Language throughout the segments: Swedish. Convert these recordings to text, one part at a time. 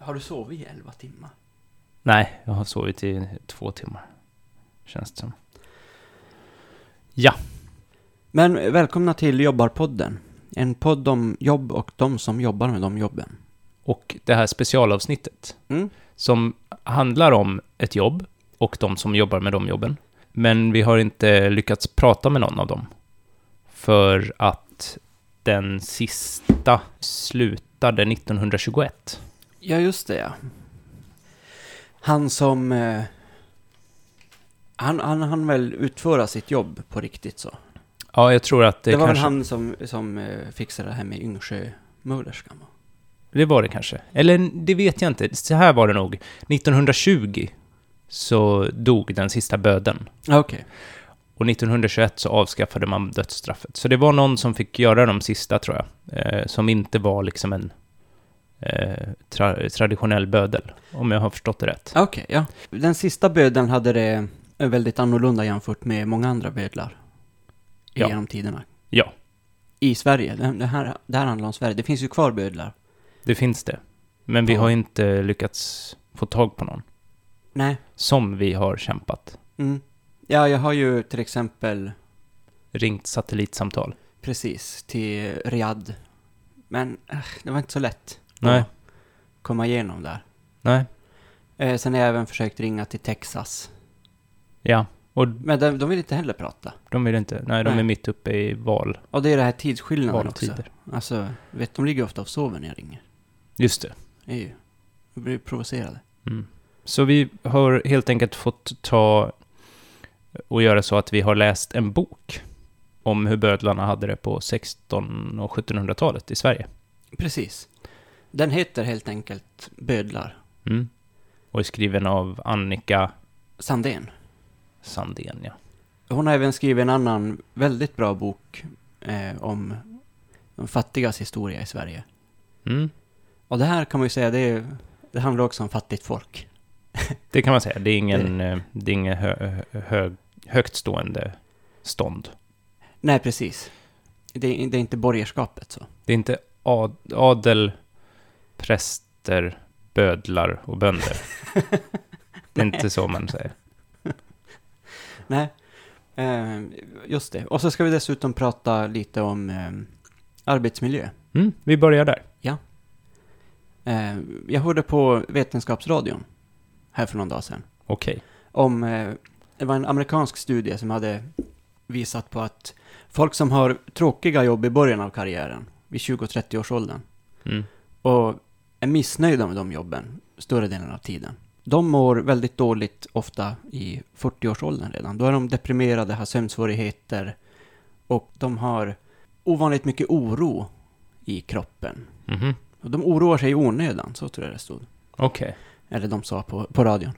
Har du sovit i 11 timmar? Nej, jag har sovit i 2 timmar. Känns det som. Ja. Men välkomna till Jobbarpodden. En podd om jobb och de som jobbar med de jobben. Och det här specialavsnittet som handlar om ett jobb och de som jobbar med de jobben. Men vi har inte lyckats prata med någon av dem. För att den sista slutade 1921. Ja, just det, ja. Han som... Han väl utföra sitt jobb på riktigt så. Ja, jag tror att det var kanske... väl han som fixade det här med Yngsjömörderskan. Det var det kanske. Eller det vet jag inte. Så här var det nog. 1920 så dog den sista böden. Okej. Och 1921 så avskaffade man dödsstraffet. Så det var någon som fick göra de sista, tror jag. Som inte var liksom en traditionell bödel. Om jag har förstått det rätt. Okej, ja. Den sista bödeln hade det väldigt annorlunda jämfört med många andra bödlar. Genom tiderna. Ja. I Sverige. Det här handlar om Sverige. Det finns ju kvar bödlar. Det finns det. Men vi har inte lyckats få tag på någon. Nej. Som vi har kämpat. Mm. Ja, jag har ju till exempel... ringt satellitsamtal. Precis, till Riyadh. Men det var inte så lätt. Nej. Att komma igenom där. Nej. Sen har jag även försökt ringa till Texas. Ja. Och men de vill inte heller prata. De vill inte. Nej, de är mitt uppe i val. Och det är det här tidsskillnaden valtider också. Alltså, de ligger ofta och sover när jag ringer. Just det. Det är ju... Jag blir provocerade. Mm. Så vi har helt enkelt fått ta och göra så att vi har läst en bok om hur bödlarna hade det på 1600- och 1700-talet i Sverige. Precis. Den heter helt enkelt Bödlar. Mm. Och är skriven av Annika Sandén, ja. Hon har även skrivit en annan väldigt bra bok om de fattigas historia i Sverige. Mm. Och det här kan man ju säga, det handlar också om fattigt folk. Det kan man säga. Det är ingen högt stående stånd. Nej, precis. Det är inte borgerskapet så. Det är inte adel, präster, bödlar och bönder. Det är inte så man säger. Nej, just det. Och så ska vi dessutom prata lite om arbetsmiljö. Vi börjar där. Ja. Jag hörde på Vetenskapsradion här för någon dag sedan. Okej. Det var en amerikansk studie som hade visat på att folk som har tråkiga jobb i början av karriären, vid 20-30 års åldern, och är missnöjda med de jobben större delen av tiden, de mår väldigt dåligt ofta i 40-årsåldern redan. Då är de deprimerade, har sömnsvårigheter och de har ovanligt mycket oro i kroppen. Mm-hmm. Och de oroar sig i onödan, så tror jag det stod. Okej. Eller de sa på radion.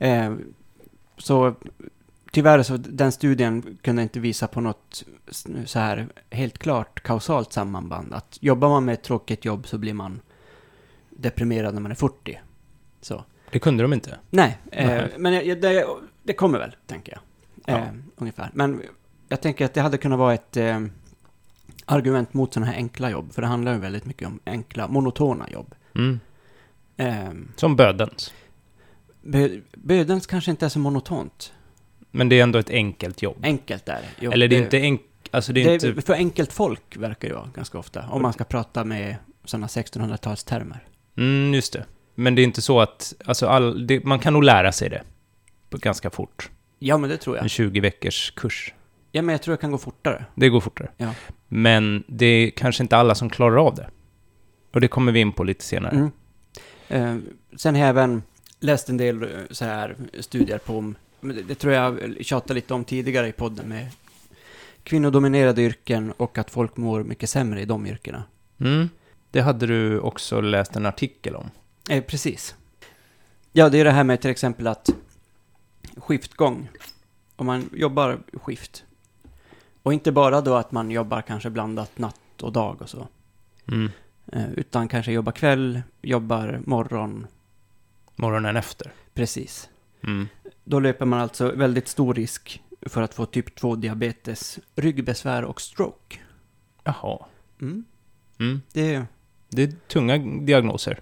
Så tyvärr så den studien kunde inte visa på något så här helt klart kausalt sammanband. Att jobbar man med ett tråkigt jobb så blir man deprimerad när man är 40. Så. Det kunde de inte. Nej, men det kommer väl, tänker jag. Ungefär. Men jag tänker att det hade kunnat vara ett argument mot sådana här enkla jobb. För det handlar ju väldigt mycket om enkla, monotona jobb. Som bödens. Bödens kanske inte är så monotont. Men det är ändå ett enkelt jobb. Enkelt är det. Eller det är inte alltså det är inte... För enkelt folk verkar det vara ganska ofta. Om man ska prata med sådana 1600-talstermer. Just det. Men det är inte så att... Alltså man kan nog lära sig det ganska fort. Ja, men det tror jag. En 20 veckors kurs. Ja, men jag tror det kan gå fortare. Det går fortare. Ja. Men det är kanske inte alla som klarar av det. Och det kommer vi in på lite senare. Sen har jag även läst en del så här studier på... Det tror jag tjatade lite om tidigare i podden med kvinnodominerade yrken och att folk mår mycket sämre i de yrkena. Det hade du också läst en artikel om. Precis. Ja, det är det här med till exempel att skiftgång. Om man jobbar skift. Och inte bara då att man jobbar kanske blandat natt och dag och så. Utan kanske jobbar kväll, jobbar morgonen efter. Precis. Då löper man alltså väldigt stor risk för att få typ 2-diabetes, ryggbesvär och stroke. Jaha. Det är tunga diagnoser.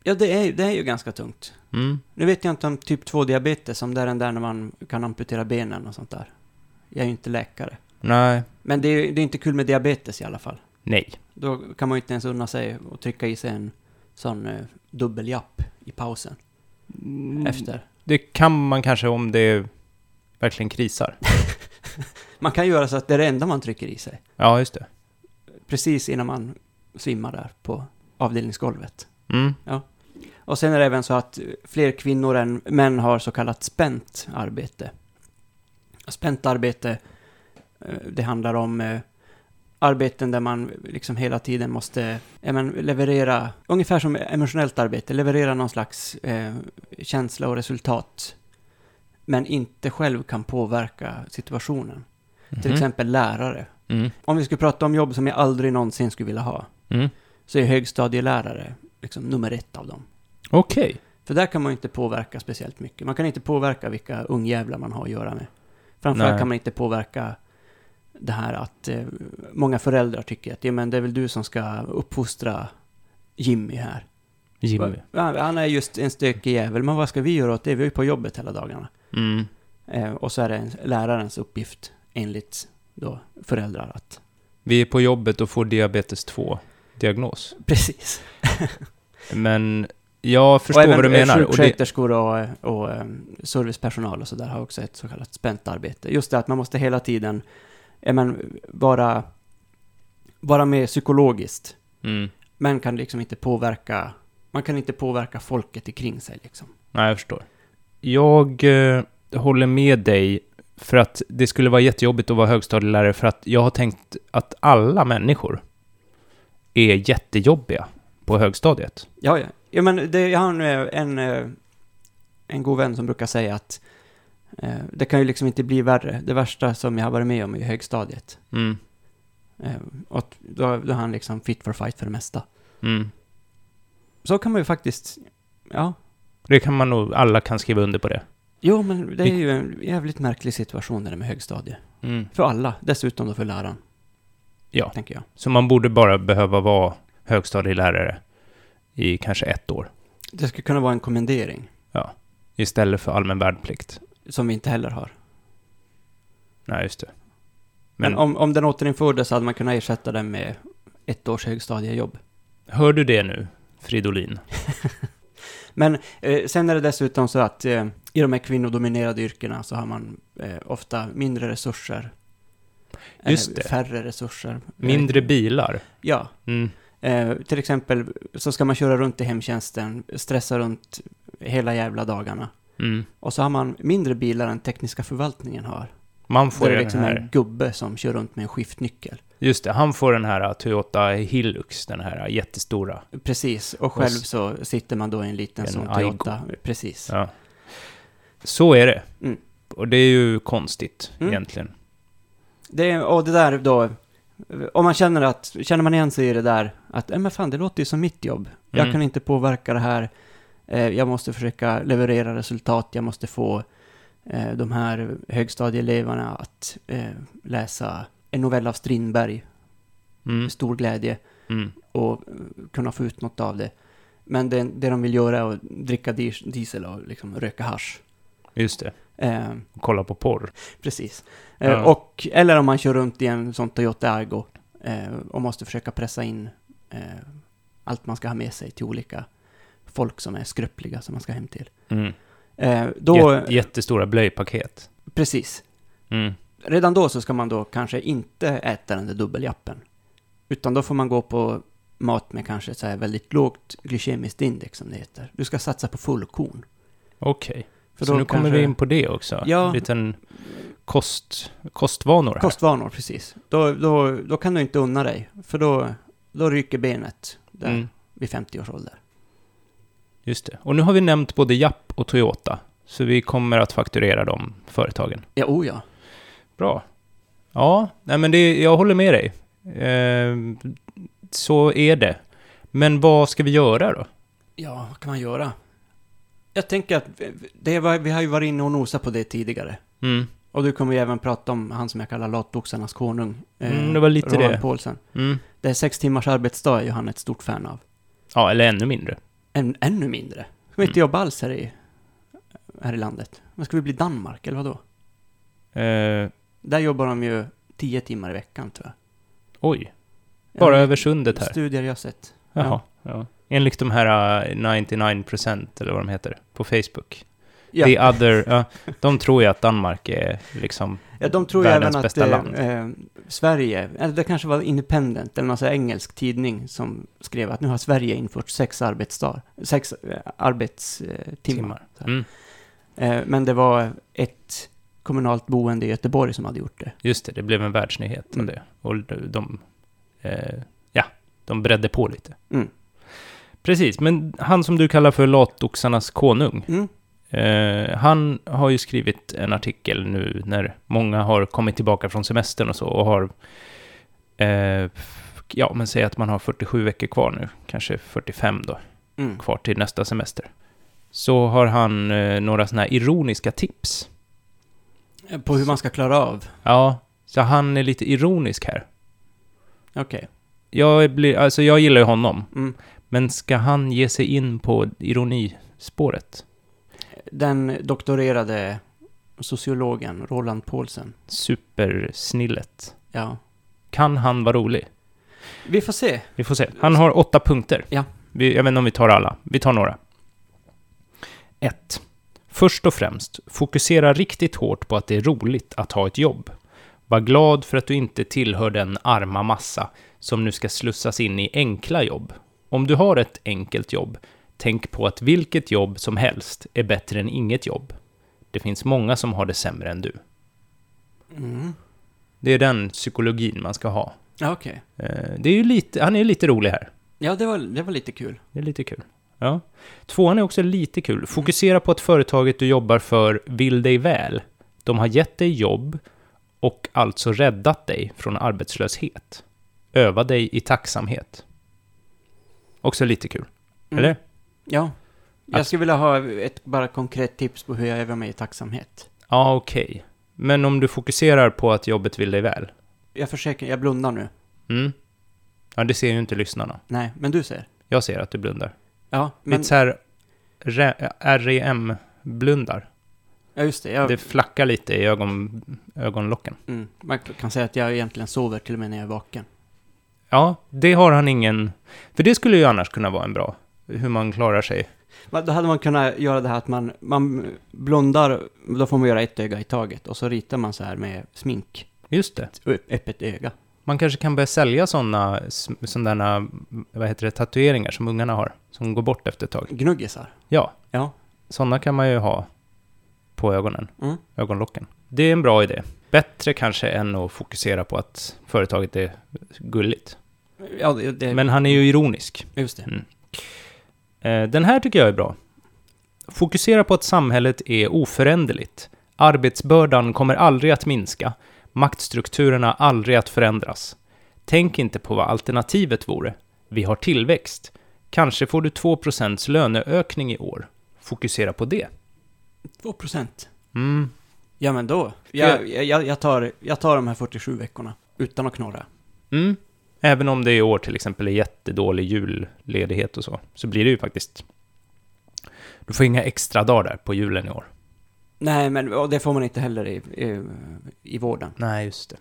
Ja, det är ju ganska tungt. Nu vet jag inte om typ 2-diabetes, som det är den där när man kan amputera benen och sånt där. Jag är ju inte läkare. Nej. Men det är inte kul med diabetes i alla fall. Nej. Då kan man ju inte ens unna sig och trycka i sig en sån dubbeljapp i pausen. Efter. Det kan man kanske om det verkligen krisar. Man kan göra så att det är det enda man trycker i sig. Ja, just det. Precis innan man svimmar där på avdelningsgolvet. Ja. Och sen är det även så att fler kvinnor än män har så kallat spänt arbete. Spänt arbete, det handlar om arbeten där man liksom hela tiden måste leverera, ungefär som emotionellt arbete, leverera någon slags känsla och resultat, men inte själv kan påverka situationen. Till exempel lärare. Om vi skulle prata om jobb som jag aldrig någonsin skulle vilja ha, så är högstadielärare liksom nummer 1 av dem. Okej. För där kan man inte påverka speciellt mycket. Man kan inte påverka vilka ungjävlar man har att göra med. Framförallt kan man inte påverka det här att många föräldrar tycker att men det är väl du som ska uppfostra Jimmy här. Jimmy. Han är just en stökig jävel, men vad ska vi göra åt det? Vi är ju på jobbet hela dagarna. Och så är det lärarens uppgift enligt då föräldrar att... Vi är på jobbet och får diabetes 2-diagnos. Precis. Men jag förstår vad du menar. Och sjuksköterskor och servicepersonal och sådär har också ett så kallat spänt arbete. Just det att man måste hela tiden vara mer psykologiskt. Men kan liksom inte påverka... Man kan inte påverka folket kring sig liksom. Nej, jag förstår. Jag håller med dig för att det skulle vara jättejobbigt att vara högstadielärare, för att jag har tänkt att alla människor är jättejobbiga på högstadiet. Ja. Men jag har en god vän som brukar säga att det kan ju liksom inte bli värre. Det värsta som jag har varit med om i högstadiet. Och då är han liksom fit for fight för det mesta. Så kan man ju faktiskt, ja. Det kan man nog, alla kan skriva under på det. Jo, men det är ju en jävligt märklig situation där med högstadie. För alla, dessutom då för läraren. Ja, tänker jag. Så man borde bara behöva vara högstadielärare i kanske 1 år. Det skulle kunna vara en kommendering. Ja, istället för allmän värnplikt. Som vi inte heller har. Nej, just det. Men om den återinfördes så hade man kunnat ersätta den med 1 års högstadiejobb. Hör du det nu, Fridolin? Men sen är det dessutom så att i de här kvinnodominerade yrkena så har man ofta mindre resurser. Just det. Färre resurser. Mindre bilar. Ja. Till exempel så ska man köra runt i hemtjänsten, stressa runt hela jävla dagarna. Och så har man mindre bilar än tekniska förvaltningen har. Man får det är liksom en gubbe som kör runt med en skiftnyckel. Just det, han får den här Toyota Hilux, den här jättestora. Precis, och själv så sitter man då i en liten sån Toyota. Precis. Ja. Så är det. Och det är ju konstigt egentligen. Och det där då, om man känner man igen sig i det där att men fan, det låter ju som mitt jobb. Jag kan inte påverka det här. Jag måste försöka leverera resultat. Jag måste få de här högstadieeleverna att läsa en novell av Strindberg med stor glädje och kunna få ut något av det. Men det de vill göra är att dricka diesel och liksom röka hasch. Just det. Kolla på porr. Precis. Eller om man kör runt i en sån Toyota Argo och måste försöka pressa in allt man ska ha med sig till olika folk som är skröpliga som man ska hem till. Jättestora blöjpaket. Precis. Redan då så ska man då kanske inte äta den där dubbeljappen. Utan då får man gå på mat med kanske så här väldigt lågt glykemiskt index som det heter. Du ska satsa på fullkorn. Okej. Så nu kommer vi in på det också. Ja. En liten kostvanor här. Kostvanor, precis. Då kan du inte unna dig. För då ryker benet där vid 50 års ålder. Just det. Och nu har vi nämnt både Japp och Toyota. Så vi kommer att fakturera de företagen. Ja, ja. Bra. Ja, nej men jag håller med dig. Så är det. Men vad ska vi göra då? Ja, vad kan man göra? Jag tänker att vi har ju varit inne och nosat på det tidigare. Och du kommer ju även prata om han som jag kallar latboxarnas konung. Det var lite Roland det. Paulsen. Det är 6 timmars arbetsdag är ju han ett stort fan av. Ja, eller ännu mindre. Ännu mindre. Ska vi inte jobba alls här i landet? Men ska vi bli Danmark, eller vadå? Där jobbar de ju 10 timmar i veckan, tror jag. Oj. Bara över sundet här. Studier jag sett. Jaha, ja. Enligt de här 99% eller vad de heter på Facebook. Ja. The other, de tror ju att Danmark är liksom de tror världens även bästa att, land. Sverige, eller det kanske var Independent eller någon sån här engelsk tidning som skrev att nu har Sverige infört 6 arbetstimmar. Men det var ett kommunalt boende i Göteborg som hade gjort det. Just det, det blev en världsnyhet om det. Och de bredde på lite. Mm. Precis, men han som du kallar för latoxarnas konung, han har ju skrivit en artikel nu när många har kommit tillbaka från semestern och så och har, men säg att man har 47 veckor kvar nu, kanske 45 då, kvar till nästa semester. Så har han några såna här ironiska tips. På hur man ska klara av? Ja, så han är lite ironisk här. Okej. Jag gillar ju honom. Men ska han ge sig in på ironispåret? Den doktorerade sociologen Roland Paulsen. Supersnillet. Ja. Kan han vara rolig? Vi får se. Han har 8 punkter. Ja. Jag vet inte om vi tar alla. Vi tar några. 1. Först och främst, fokusera riktigt hårt på att det är roligt att ha ett jobb. Var glad för att du inte tillhör den arma massa som nu ska slussas in i enkla jobb. Om du har ett enkelt jobb, tänk på att vilket jobb som helst är bättre än inget jobb. Det finns många som har det sämre än du. Det är den psykologin man ska ha. Okej. Det är ju han är ju lite rolig här. Ja, det var lite kul. Det är lite kul. Ja. 2 är också lite kul. Fokusera på att företaget du jobbar för vill dig väl. De har gett dig jobb och alltså räddat dig från arbetslöshet. Öva dig i tacksamhet. Också lite kul. Eller? Ja. Jag skulle vilja ha ett bara konkret tips på hur jag övar mig i tacksamhet. Ja, okej. Men om du fokuserar på att jobbet vill dig väl? Jag blundar nu. Ja, det ser ju inte lyssnarna. Nej, men du ser. Jag ser att du blundar. Ja, men... Lite så här REM-blundar. Ja, just det. Det flackar lite i ögonlocken. Man kan säga att jag egentligen sover till och med när jag är vaken. Ja, det har han ingen... För det skulle ju annars kunna vara en bra... Hur man klarar sig. Då hade man kunnat göra det här att man blundar, då får man göra ett öga i taget. Och så ritar man så här med smink. Just det. Öppet öga. Man kanske kan börja sälja sådana tatueringar som ungarna har. Som går bort efter ett tag. Gnuggisar? Ja. Ja. Sådana kan man ju ha på ögonen. Ögonlocken. Det är en bra idé. Bättre kanske än att fokusera på att företaget är gulligt. Ja, men han är ju ironisk. Just det. Den här tycker jag är bra. Fokusera på att samhället är oföränderligt. Arbetsbördan kommer aldrig att minska. Maktstrukturerna aldrig att förändras. Tänk inte på vad alternativet vore. Vi har tillväxt. Kanske får du 2% löneökning i år. Fokusera på det. 2%? Ja, men då. Jag tar de här 47 veckorna utan att knorra. Även om det i år till exempel är jättedålig julledighet och så blir det ju faktiskt... Du får inga extra dagar där på julen i år. Nej, men det får man inte heller i vården. Nej, just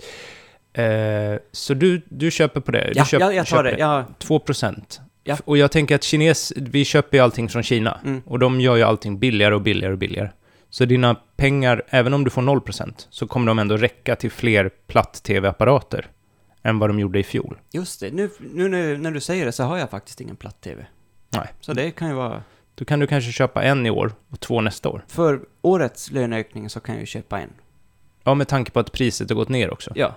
det. Så du köper på det? Ja, jag tar det. 2%. Ja. Och jag tänker att vi köper ju allting från Kina. Och de gör ju allting billigare och billigare och billigare. Så dina pengar, även om du får 0%, så kommer de ändå räcka till fler platt-tv-apparater än vad de gjorde i fjol. Just det. Nu när du säger det så har jag faktiskt ingen platt-tv. Nej. Så det kan ju vara... Då kan du kanske köpa 1 i år och 2 nästa år. För årets löneökning så kan jag ju köpa 1. Ja, med tanke på att priset har gått ner också. Ja.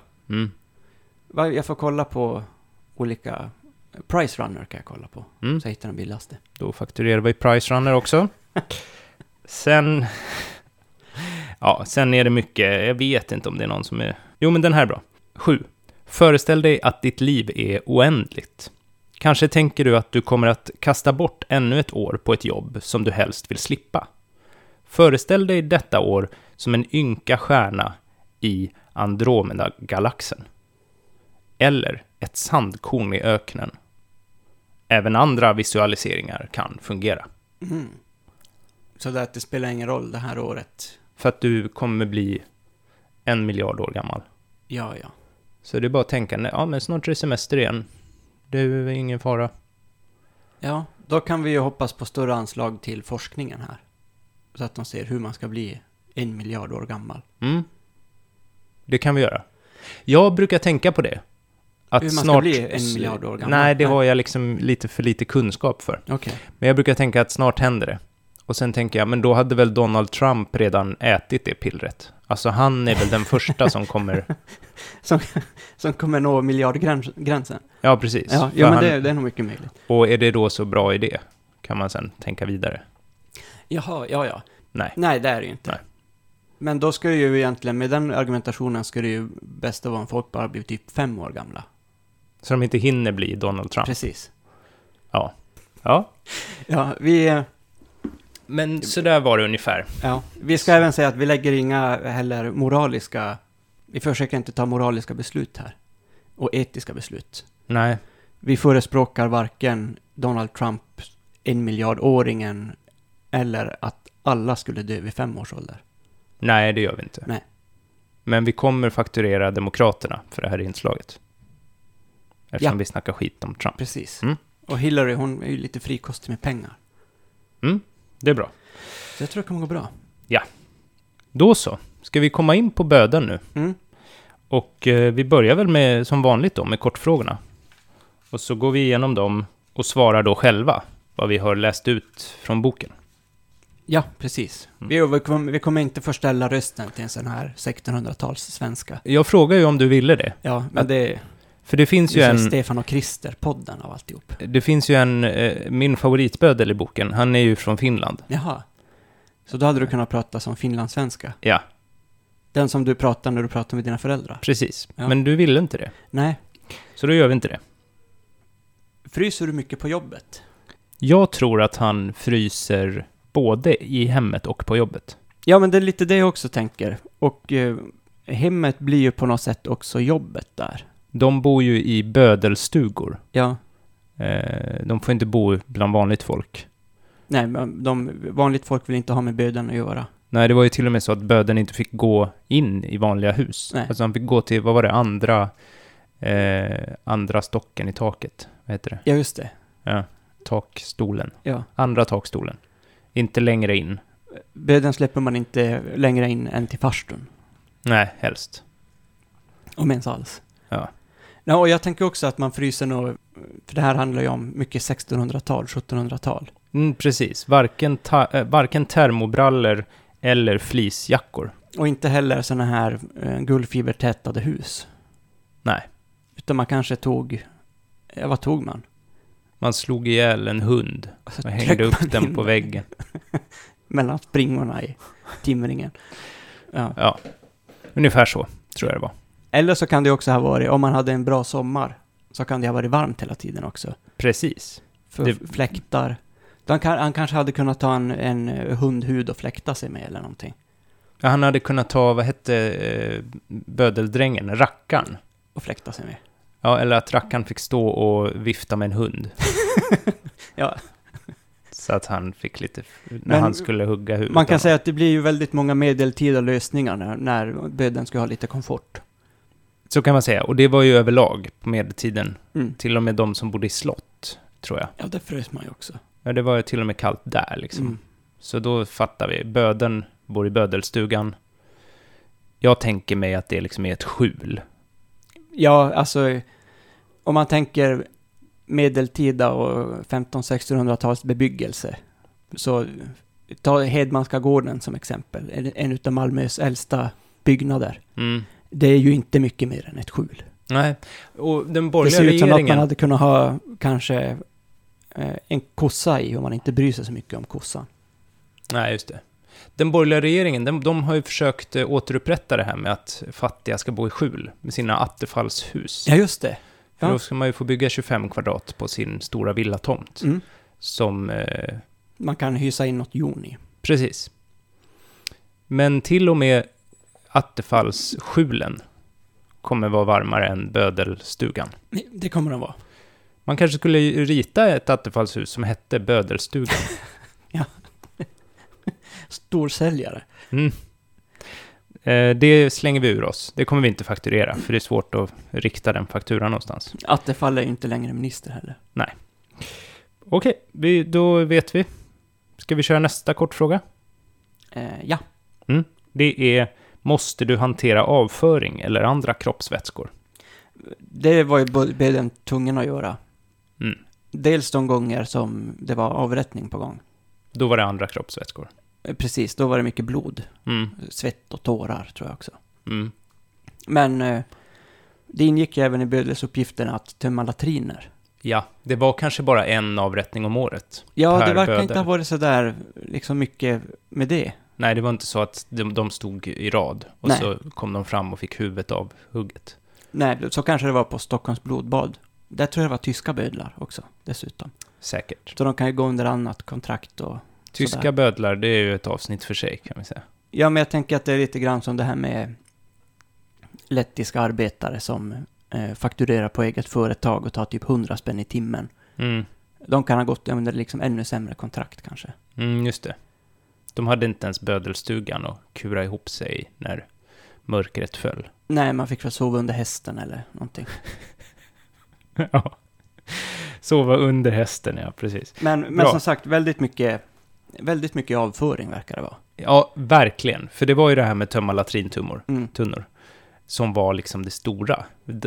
Jag får kolla på olika... Price Runner kan jag kolla på. Så hittar den billigaste. Då fakturerar vi Price Runner också. Sen är det mycket... Jag vet inte om det är någon som är... Jo, men den här är bra. 7. Föreställ dig att ditt liv är oändligt. Kanske tänker du att du kommer att kasta bort ännu ett år på ett jobb som du helst vill slippa. Föreställ dig detta år som en ynka stjärna i Andromeda-galaxen. Eller ett sandkorn i öknen. även andra visualiseringar kan fungera. Mm. Så det spelar ingen roll det här året? För att du kommer bli 1 miljard år gammal. Ja. Så det är bara att tänka, ja men snart är det semester igen. Det är ingen fara. Ja, då kan vi ju hoppas på större anslag till forskningen här. Så att de ser hur man ska bli 1 miljard år gammal. Mm. Det kan vi göra. Jag brukar tänka på det. Att hur man snart ska bli 1 miljard år gammal? Nej, det har jag liksom lite för lite kunskap för. Okay. Men jag brukar tänka att snart händer det. Och sen tänker jag, men då hade väl Donald Trump redan ätit det pillret. Alltså han är väl den första som kommer... som kommer nå miljardgränsen. Ja, precis. Ja, men det är nog mycket möjligt. Och är det då så bra idé? Kan man sen tänka vidare. Jaha, ja. Nej, det är det ju inte. Nej. Men då ska det ju egentligen, med den argumentationen ska det ju bäst vara om folk bara blir typ 5 år gamla. Så de inte hinner bli Donald Trump. Precis. Ja. Ja, vi... Men så där var det ungefär. Ja, vi ska även säga att vi lägger inga heller moraliska... Vi försöker inte ta moraliska beslut här. Och etiska beslut. Nej. Vi förespråkar varken Donald Trump, 1 miljardåringen, eller att alla skulle dö vid 5 års ålder. Nej, det gör vi inte. Nej. Men vi kommer fakturera demokraterna för det här inslaget. Eftersom vi snackar skit om Trump. Precis. Mm. Och Hillary, hon är ju lite frikostig med pengar. Mm, det är bra. Så jag tror det kommer gå bra. Ja. Då så. Ska vi komma in på böden nu? Mm. Och vi börjar väl med, som vanligt då, med kortfrågorna. Och så går vi igenom dem och svarar då själva vad vi har läst ut från boken. Ja, precis. Vi kommer inte förställa rösten till en sån här 1600-tals svenska. Jag frågar ju om du ville det. Ja, men det... För det finns ju en... Stefan och Krister-podden av alltihop. Det finns ju min favoritbödel i boken, han är ju från Finland. Jaha. Så då hade du kunnat prata som finlandssvenska? Ja. Den som du pratar när du pratar med dina föräldrar? Precis. Ja. Men du ville inte det. Nej. Så då gör vi inte det. Fryser du mycket på jobbet? Jag tror att han fryser både i hemmet och på jobbet. Ja, men det är lite det jag också tänker. Och hemmet blir ju på något sätt också jobbet där. De bor ju i bödelstugor. Ja. De får inte bo bland vanligt folk. Nej, men vanligt folk vill inte ha med böden att göra. Nej, det var ju till och med så att böden inte fick gå in i vanliga hus. Nej. Alltså han fick gå till, vad var det, andra stocken i taket. Vad heter det? Ja, just det. Ja, takstolen. Ja. Andra takstolen. Inte längre in. Böden släpper man inte längre in än till farstun. Nej, helst. Om ens alls. Ja. Ja, och jag tänker också att man fryser nog, för det här handlar ju om mycket 1600-tal, 1700-tal. Precis. Varken termobrallor eller fleecejackor. Och inte heller såna här guldfibertätade hus. Nej. Utan man kanske tog... Ja, vad tog man? Man slog ihjäl en hund och hängde upp den på väggen. Mellan springorna i timringen. Ja, ungefär så tror jag det var. Eller så kan det också ha varit, om man hade en bra sommar, så kan det ha varit varmt hela tiden också. Precis. För fläktar. Han kanske hade kunnat ta en hundhud och fläkta sig med eller någonting. Ja, han hade kunnat ta, vad hette bödeldrängen? Rackan. Och fläkta sig med. Ja, eller att rackan fick stå och vifta med en hund. Ja. Så att han fick lite, när han skulle hugga huvudet. Man kan säga att det blir ju väldigt många medeltida lösningar när böden ska ha lite komfort. Så kan man säga. Och det var ju överlag på medeltiden. Mm. Till och med de som bodde i slott, tror jag. Ja, det frös man ju också. Ja, det var ju till och med kallt där liksom. Mm. Så då fattar vi. Böden bor i bödelstugan. Jag tänker mig att det liksom är ett skjul. Ja, alltså om man tänker medeltida och 1500-1600-tals bebyggelse, så ta Hedmanska gården som exempel, en utav Malmös äldsta byggnader. Mm. Det är ju inte mycket mer än ett skjul. Nej, och den borgerliga regeringen... Det ser ut som att man regeringen... hade kunnat ha kanske en kossa i, om man inte bryr sig så mycket om kossan. Nej, just det. Den borgerliga regeringen, de har ju försökt återupprätta det här med att fattiga ska bo i skjul med sina attefallshus. Ja, just det. För då ska man ju få bygga 25 kvadrat på sin stora villatomt. Mm. Som... man kan hysa in något jon i. Precis. Men till och med attefallsskjulen kommer vara varmare än bödelstugan. Det kommer de vara. Man kanske skulle rita ett attefallshus som hette Bödelstugan. Ja. Storsäljare. Det slänger vi ur oss. Det kommer vi inte fakturera, för det är svårt att rikta den fakturan någonstans. Attefall är ju inte längre minister heller. Nej. Okej, då vet vi. Ska vi köra nästa kortfråga? Ja. Det är, måste du hantera avföring eller andra kroppsvätskor? Det var ju den tvungen att göra. Dels de gånger som det var avrättning på gång. Då var det andra kroppsvätskor. Precis, då var det mycket blod. Svett och tårar tror jag också. Men det ingick ju även i bödelsuppgiften att tömma latriner. Ja, det var kanske bara en avrättning om året. Ja, det verkar inte ha varit så där liksom mycket med det. Nej, det var inte så att de stod i rad och Nej. så kom de fram och fick huvudet av hugget. Nej, så kanske det var på Stockholms blodbad. Där tror jag det var tyska bödlar också, dessutom. Säkert. Så de kan ju gå under annat kontrakt och Tyska sådär. bödlar, det är ju ett avsnitt för sig kan vi säga. Ja, men jag tänker att det är lite grann som det här med lettiska arbetare som fakturerar på eget företag och tar typ 100 spänn i timmen. De kan ha gått under liksom ännu sämre kontrakt kanske. Just det. De hade inte ens bödelstugan och kura ihop sig när mörkret föll. Nej, man fick väl sova under hästen eller någonting. Ja. Sova under hästen, ja, precis. Men som sagt, väldigt mycket avföring verkar det vara. Ja, verkligen. För det var ju det här med tömma latrintunnor som var liksom det stora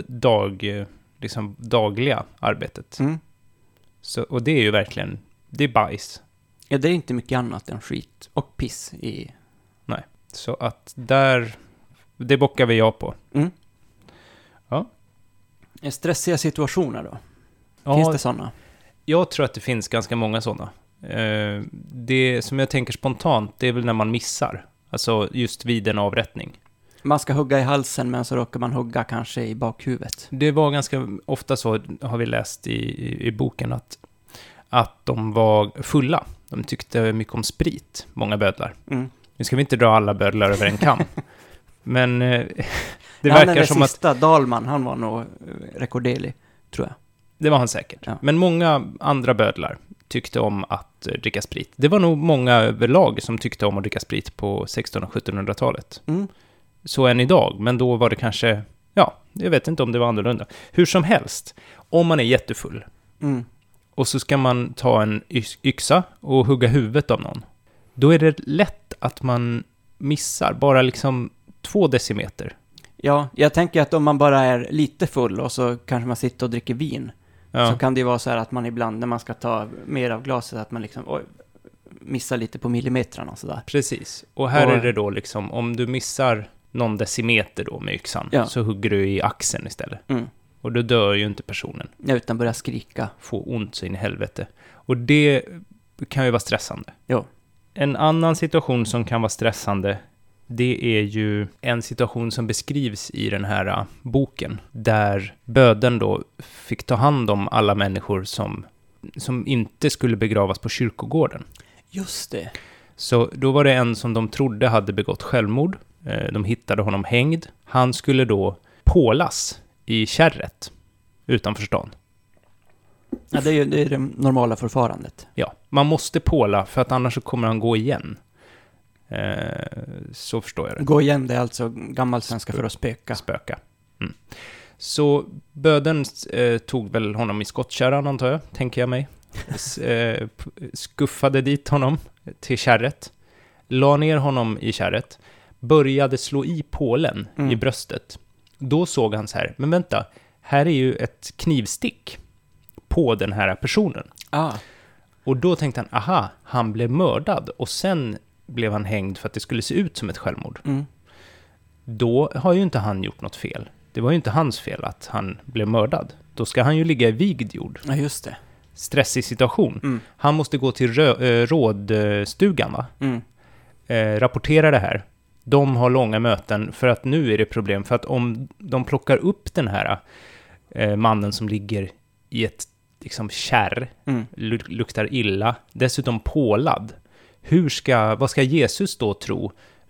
dagliga arbetet. Så, och det är ju verkligen, det är bajs. Ja, det är inte mycket annat än skit och piss i... Nej, så att det bockar vi ja på. Ja. Stressiga situationer då? Ja, Finns det sådana? Jag tror att det finns ganska många sådana. Det som jag tänker spontant, det är väl när man missar. Alltså just vid en avrättning. Man ska hugga i halsen men så råkar man hugga kanske i bakhuvudet. Det var ganska ofta så, har vi läst i boken, att de var fulla. De tyckte mycket om sprit, många bödlar. Nu ska vi inte dra alla bödlar över en kam. Men det verkar som att... sista, Dahlman, han var nog rekorderlig, tror jag. Det var han säkert. Ja. Men många andra bödlar tyckte om att dricka sprit. Det var nog många överlag som tyckte om att dricka sprit på 1600- och 1700-talet. Så än idag, men då var det kanske... Ja, jag vet inte om det var annorlunda. Hur som helst, om man är jättefull och så ska man ta en yxa och hugga huvudet av någon, då är det lätt att man missar bara liksom 2 decimeter. Ja, jag tänker att om man bara är lite full och så kanske man sitter och dricker vin, så kan det ju vara så här att man ibland när man ska ta mer av glaset att man liksom missar lite på millimetrarna och sådär. Precis, och här är det då liksom, om du missar någon decimeter då med yxan, så hugger du i axeln istället. Och då dör ju inte personen. Ja, utan börjar skrika. Få ont så in i helvete. Och det kan ju vara stressande. Ja. En annan situation som kan vara stressande, det är ju en situation som beskrivs i den här boken, där bödeln då fick ta hand om alla människor som inte skulle begravas på kyrkogården. Just det. Så då var det en som de trodde hade begått självmord. De hittade honom hängd. Han skulle då pålas i kärret utanför stan. Ja, det är det normala förfarandet. Ja, man måste påla för att annars så kommer han gå igen. Så förstår jag det. Gå igen, det är alltså gammalsvenska för att spöka. Så bödeln tog väl honom i skottkärran, antar jag, tänker jag mig. Skuffade dit honom till kärret. La ner honom i kärret. Började slå i pålen i bröstet. Då såg han så här, men vänta, här är ju ett knivstick på den här personen. Och då tänkte han, aha, han blev mördad och sen blev han hängd för att det skulle se ut som ett självmord. Då har ju inte han gjort något fel. Det var ju inte hans fel att han blev mördad. Då ska han ju ligga i vigd jord. Ja, just det. Stressig situation. Han måste gå till rådstugan, va? Rapportera det här. De har långa möten för att nu är det problem. För att om de plockar upp den här mannen som ligger i ett liksom kärr, luktar illa, dessutom pålad. Vad ska Jesus då tro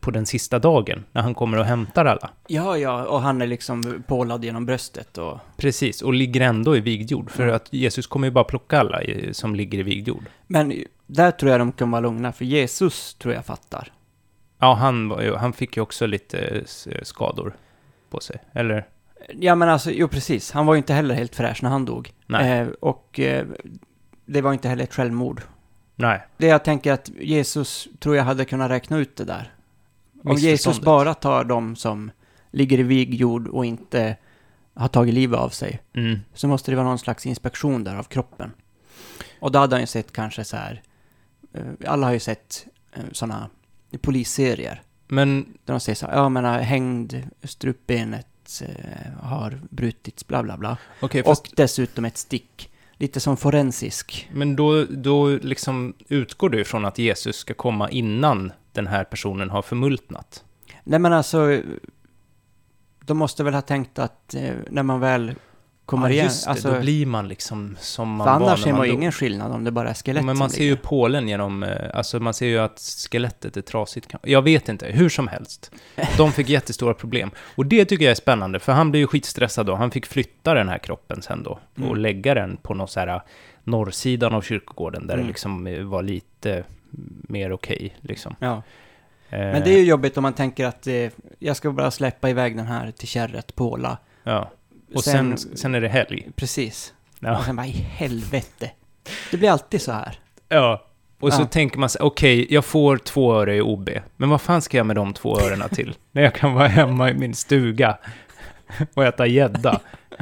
på den sista dagen, när han kommer och hämtar alla. Ja, och han är liksom pålad genom bröstet. Och... Precis, och ligger ändå i vigd jord. För att Jesus kommer ju bara plocka alla som ligger i vigd jord. Men där tror jag de kan vara lugna, för Jesus tror jag fattar. Ja, han fick ju också lite skador på sig, eller? Ja, men alltså, jo precis. Han var ju inte heller helt fräsch när han dog. Nej. Det var inte heller ett självmord. Nej. Det jag tänker att Jesus tror jag hade kunnat räkna ut det där. Om Jesus bara tar dem som ligger i vigd jord och inte har tagit livet av sig, så måste det vara någon slags inspektion där av kroppen. Och då hade han ju sett kanske så här, alla har ju sett sådana polisserier. Men där de säger så här, ja men hängd, strupbenet har brutits, bla bla bla. Okay, och dessutom ett stick. Lite som forensisk. Men då liksom utgår du ifrån att Jesus ska komma innan den här personen har förmultnat? Nej men alltså, de måste väl ha tänkt att när man väl kommer igen... Just det, alltså, då blir man liksom som man var när man annars ser man ju ingen skillnad om det bara är skelett. Men man ser ju pålen genom... Alltså man ser ju att skelettet är trasigt. Jag vet inte, hur som helst. De fick jättestora problem. Och det tycker jag är spännande, för han blev ju skitstressad då. Han fick flytta den här kroppen sen då. Och lägga den på någon så här norrsidan av kyrkogården, där det liksom var lite mer okej, liksom. Ja. Men det är ju jobbigt om man tänker att jag ska bara släppa iväg den här till kärret, påla. Ja. Och sen är det helg. Precis. Ja. Och sen bara, i helvete. Det blir alltid så här. Ja. Och så tänker man så, okej, jag får 2 öre i OB. Men vad fan ska jag med de 2 örena till? När jag kan vara hemma i min stuga och äta gädda.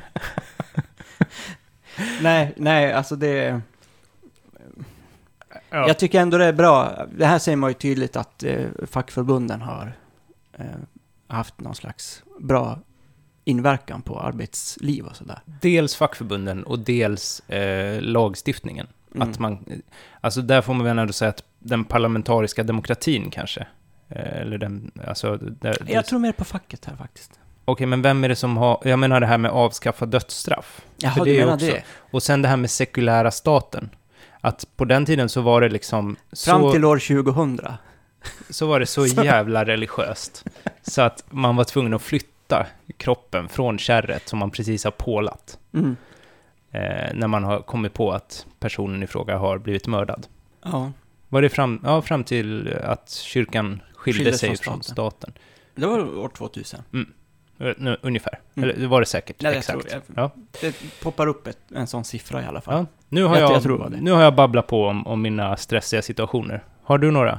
Nej, alltså det... Ja. Jag tycker ändå det är bra. Det här ser man ju tydligt att fackförbunden har haft någon slags bra inverkan på arbetsliv och sådär. Dels fackförbunden och dels lagstiftningen. Att man, alltså där får man väl ändå säga att den parlamentariska demokratin kanske. Eller den, alltså... Jag tror mer på facket här faktiskt. Okej, men vem är det som har... Jag menar det här med avskaffa dödsstraff. Jaha, du menar det. Och sen det här med sekulära staten. Att på den tiden så var det liksom... Fram till år 2000. Så var det så jävla religiöst. Så att man var tvungen att flytta kroppen från kärret som man precis har pålat. När man har kommit på att personen i fråga har blivit mördad. Ja. Var det fram till att kyrkan skilde sig från staten? Det var år 2000. Ungefär. Eller det var det säkert. Nej, exakt. Det poppar upp en sån siffra i alla fall. Ja. Nu har jag babblat på om mina stressiga situationer. Har du några?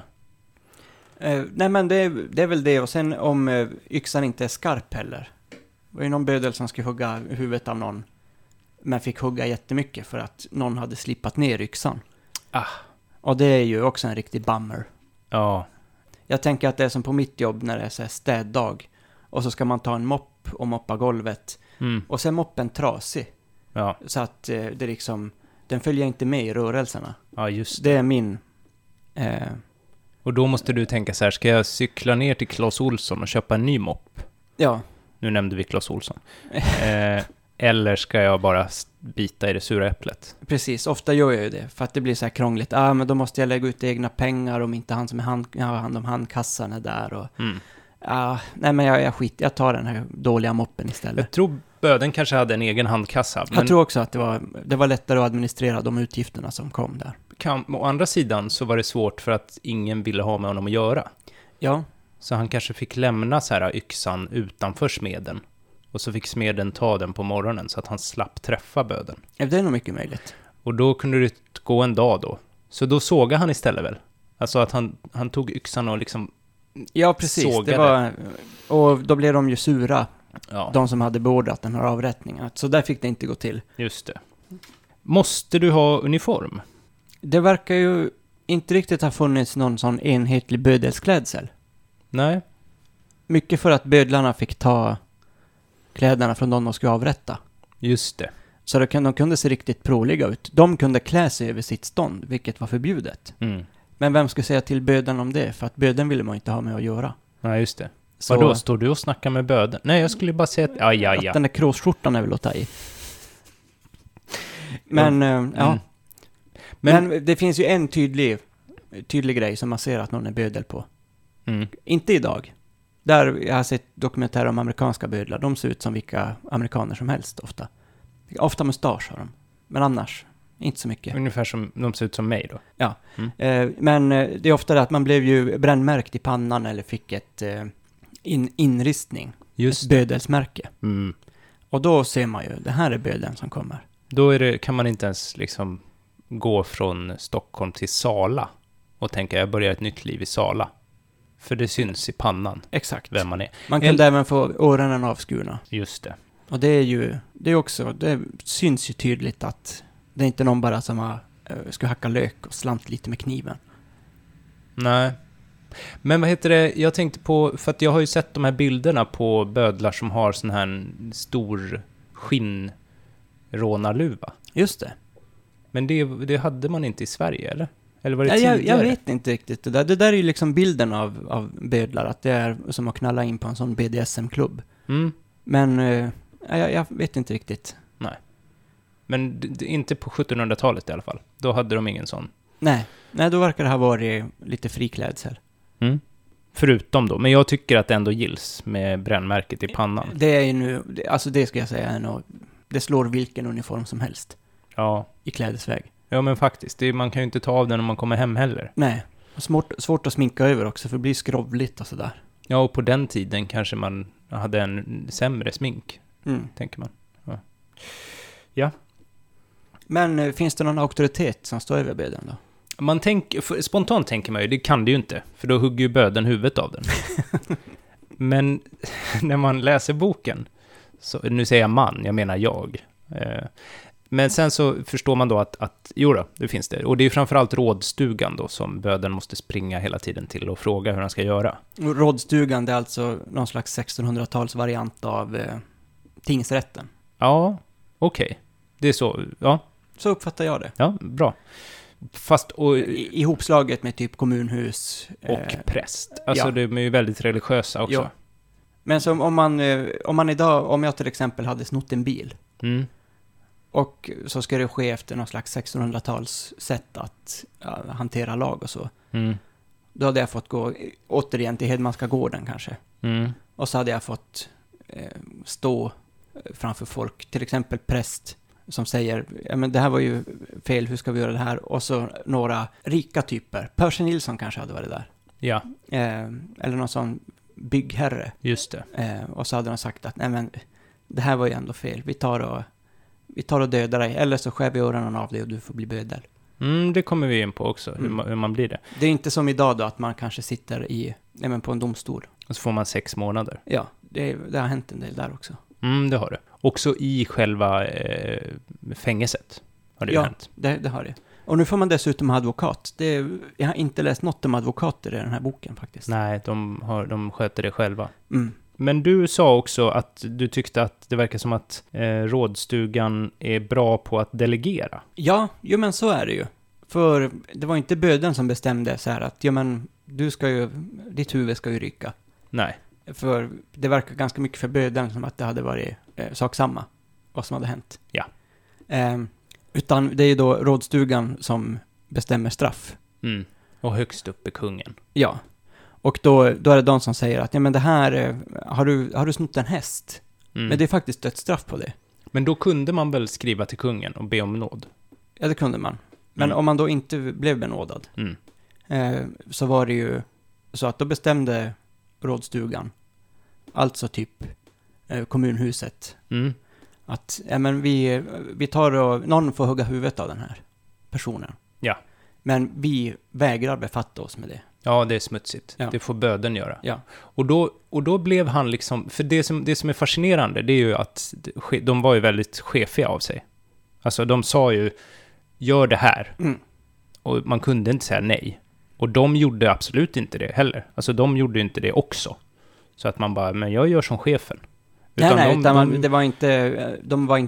Nej, men det är väl det. Och sen om yxan inte är skarp heller. Det var ju någon bödel som skulle hugga huvudet av någon, men fick hugga jättemycket för att någon hade slippat ner yxan. Och det är ju också en riktig bummer. Ja. Jag tänker att det är som på mitt jobb när det är så här städdag. Och så ska man ta en mopp och moppa golvet. Och sen moppen trasig. Ja. Så att det liksom... Den följer inte med i rörelserna. Ja, just det. Det är min... Och då måste du tänka så här, ska jag cykla ner till Clas Ohlson och köpa en ny mopp? Ja. Nu nämnde vi Clas Ohlson. Eller ska jag bara bita i det sura äpplet? Precis, ofta gör jag ju det. För att det blir så här krångligt. Men då måste jag lägga ut egna pengar om inte han som har hand om handkassan är där. Och, nej, men jag tar den här dåliga moppen istället. Jag tror böden kanske hade en egen handkassa. Jag tror också att det var lättare att administrera de utgifterna som kom där. Å andra sidan så var det svårt för att ingen ville ha med honom att göra. Ja. Så han kanske fick lämna så här yxan utanför smeden. Och så fick smeden ta den på morgonen så att han slapp träffa böden. Det är nog mycket möjligt. Och då kunde det gå en dag då. Så då sågade han istället väl? Alltså att han tog yxan och liksom... Ja, precis. Och då blev de ju sura. Ja. De som hade beordrat den här avrättningen. Så där fick det inte gå till. Just det. Måste du ha uniform? Det verkar ju inte riktigt ha funnits någon sån enhetlig bödelsklädsel. Nej. Mycket för att bödlarna fick ta kläderna från de skulle avrätta. Just det. Så de kunde se riktigt proliga ut. De kunde klä sig över sitt stånd, vilket var förbjudet. Men vem skulle säga till böden om det? För att böden ville man inte ha med att göra. Nej, just det. Så vadå, står du och snackar med böden? Nej, jag skulle bara säga att... Att den där kråsskjortan är väl att ta i. Men, ja. Men det finns ju en tydlig grej som man ser att någon är bödel på. Inte idag. Där jag har sett dokumentärer om amerikanska bödlar. De ser ut som vilka amerikaner som helst ofta. Ofta mustasch har de. Men annars, inte så mycket. Ungefär som de ser ut som mig då. Ja. Men det är ofta det att man blev ju brännmärkt i pannan eller fick ett inristning. Just ett bödelsmärke. Mm. Och då ser man ju, det här är bödeln som kommer. Då kan man inte ens liksom gå från Stockholm till Sala och tänka jag börjar ett nytt liv i Sala. För det syns i pannan. Exakt. Vem man är. Man kunde även få öronen avskurna. Just det. Och det syns ju tydligt att det är inte någon bara som ska hacka lök och slant lite med kniven. Nej. Men vad heter det? Jag tänkte på, för att jag har ju sett de här bilderna på bödlar som har sån här stor skinnrånarluva. Just det. Men det hade man inte i Sverige, eller? Eller var det tidigare? Jag vet inte riktigt. Det där är ju liksom bilden av bödlar, att det är som att knalla in på en sån BDSM-klubb. Mm. Men jag vet inte riktigt. Nej. Men inte på 1700-talet i alla fall. Då hade de ingen sån. Nej, då verkar det ha varit lite friklädsel. Mm. Förutom då. Men jag tycker att det ändå gills med brännmärket i pannan. Det är ju nu, alltså det ska jag säga, det slår vilken uniform som helst. Ja. I klädesväg. Ja, men faktiskt. Man kan ju inte ta av den när man kommer hem heller. Nej. Svårt att sminka över också, för det blir skrovligt och sådär. Ja, och på den tiden kanske man hade en sämre smink, tänker man. Ja. Men finns det någon auktoritet som står över bödeln då? Spontant tänker man ju, det kan det ju inte. För då hugger ju bödeln huvudet av den. Men när man läser boken, nu säger jag menar jag. Men sen så förstår man då att det finns det. Och det är framförallt rådstugan då som bödeln måste springa hela tiden till och fråga hur han ska göra. Rådstugan, det är alltså någon slags 1600-tals variant av tingsrätten. Ja, okej. Det är så, ja. Så uppfattar jag det. Ja, bra. Fast ihopslaget med typ kommunhus. Och präst. Alltså de är ju väldigt religiösa också. Ja. Men som om jag till exempel hade snott en bil. Mm. Och så ska det ske efter någon slags 1600-tals sätt att hantera lag och så. Mm. Då hade jag fått gå återigen till Hedmanska gården kanske. Mm. Och så hade jag fått stå framför folk. Till exempel präst som säger, ja men det här var ju fel, hur ska vi göra det här? Och så några rika typer. Percy Nilsson kanske hade varit där. Ja. Eller någon sån byggherre. Just det. Och så hade de sagt att nej men det här var ju ändå fel. Vi tar och dödar dig. Eller så skär vi öronen av dig och du får bli bödel. Det kommer vi in på också, hur man blir det. Det är inte som idag då att man kanske sitter på en domstol. Och så får man 6 månader. Ja, det har hänt en del där också. Det har det. Också i själva fängelset har det ju hänt. Det har det. Och nu får man dessutom ha advokat. Jag har inte läst något om advokater i den här boken faktiskt. Nej, de sköter det själva. Mm. Men du sa också att du tyckte att det verkar som att rådstugan är bra på att delegera. Ja, men så är det ju. För det var inte bödeln som bestämde så här att ditt huvud ska ju ryka. Nej. För det verkar ganska mycket för bödeln som att det hade varit sak samma vad som hade hänt. Ja. Utan det är ju då rådstugan som bestämmer straff. Och högst upp är kungen. Ja. Och då är det de som säger att men det här, har du snott en häst? Men det är faktiskt dödsstraff på det. Men då kunde man väl skriva till kungen och be om nåd? Ja, det kunde man. Men om man då inte blev benådad så var det ju så att då bestämde rådstugan, alltså typ kommunhuset, att vi tar och någon får hugga huvudet av den här personen. Ja. Men vi vägrar befatta oss med det. Ja, det är smutsigt. Ja. Det får böden göra. Ja. Och då blev han liksom... För det som är fascinerande, det är ju att de var ju väldigt chefiga av sig. Alltså, de sa ju, gör det här. Och man kunde inte säga nej. Och de gjorde absolut inte det heller. Alltså, de gjorde inte det också. Så att man bara, men jag gör som chefen. Det var inte,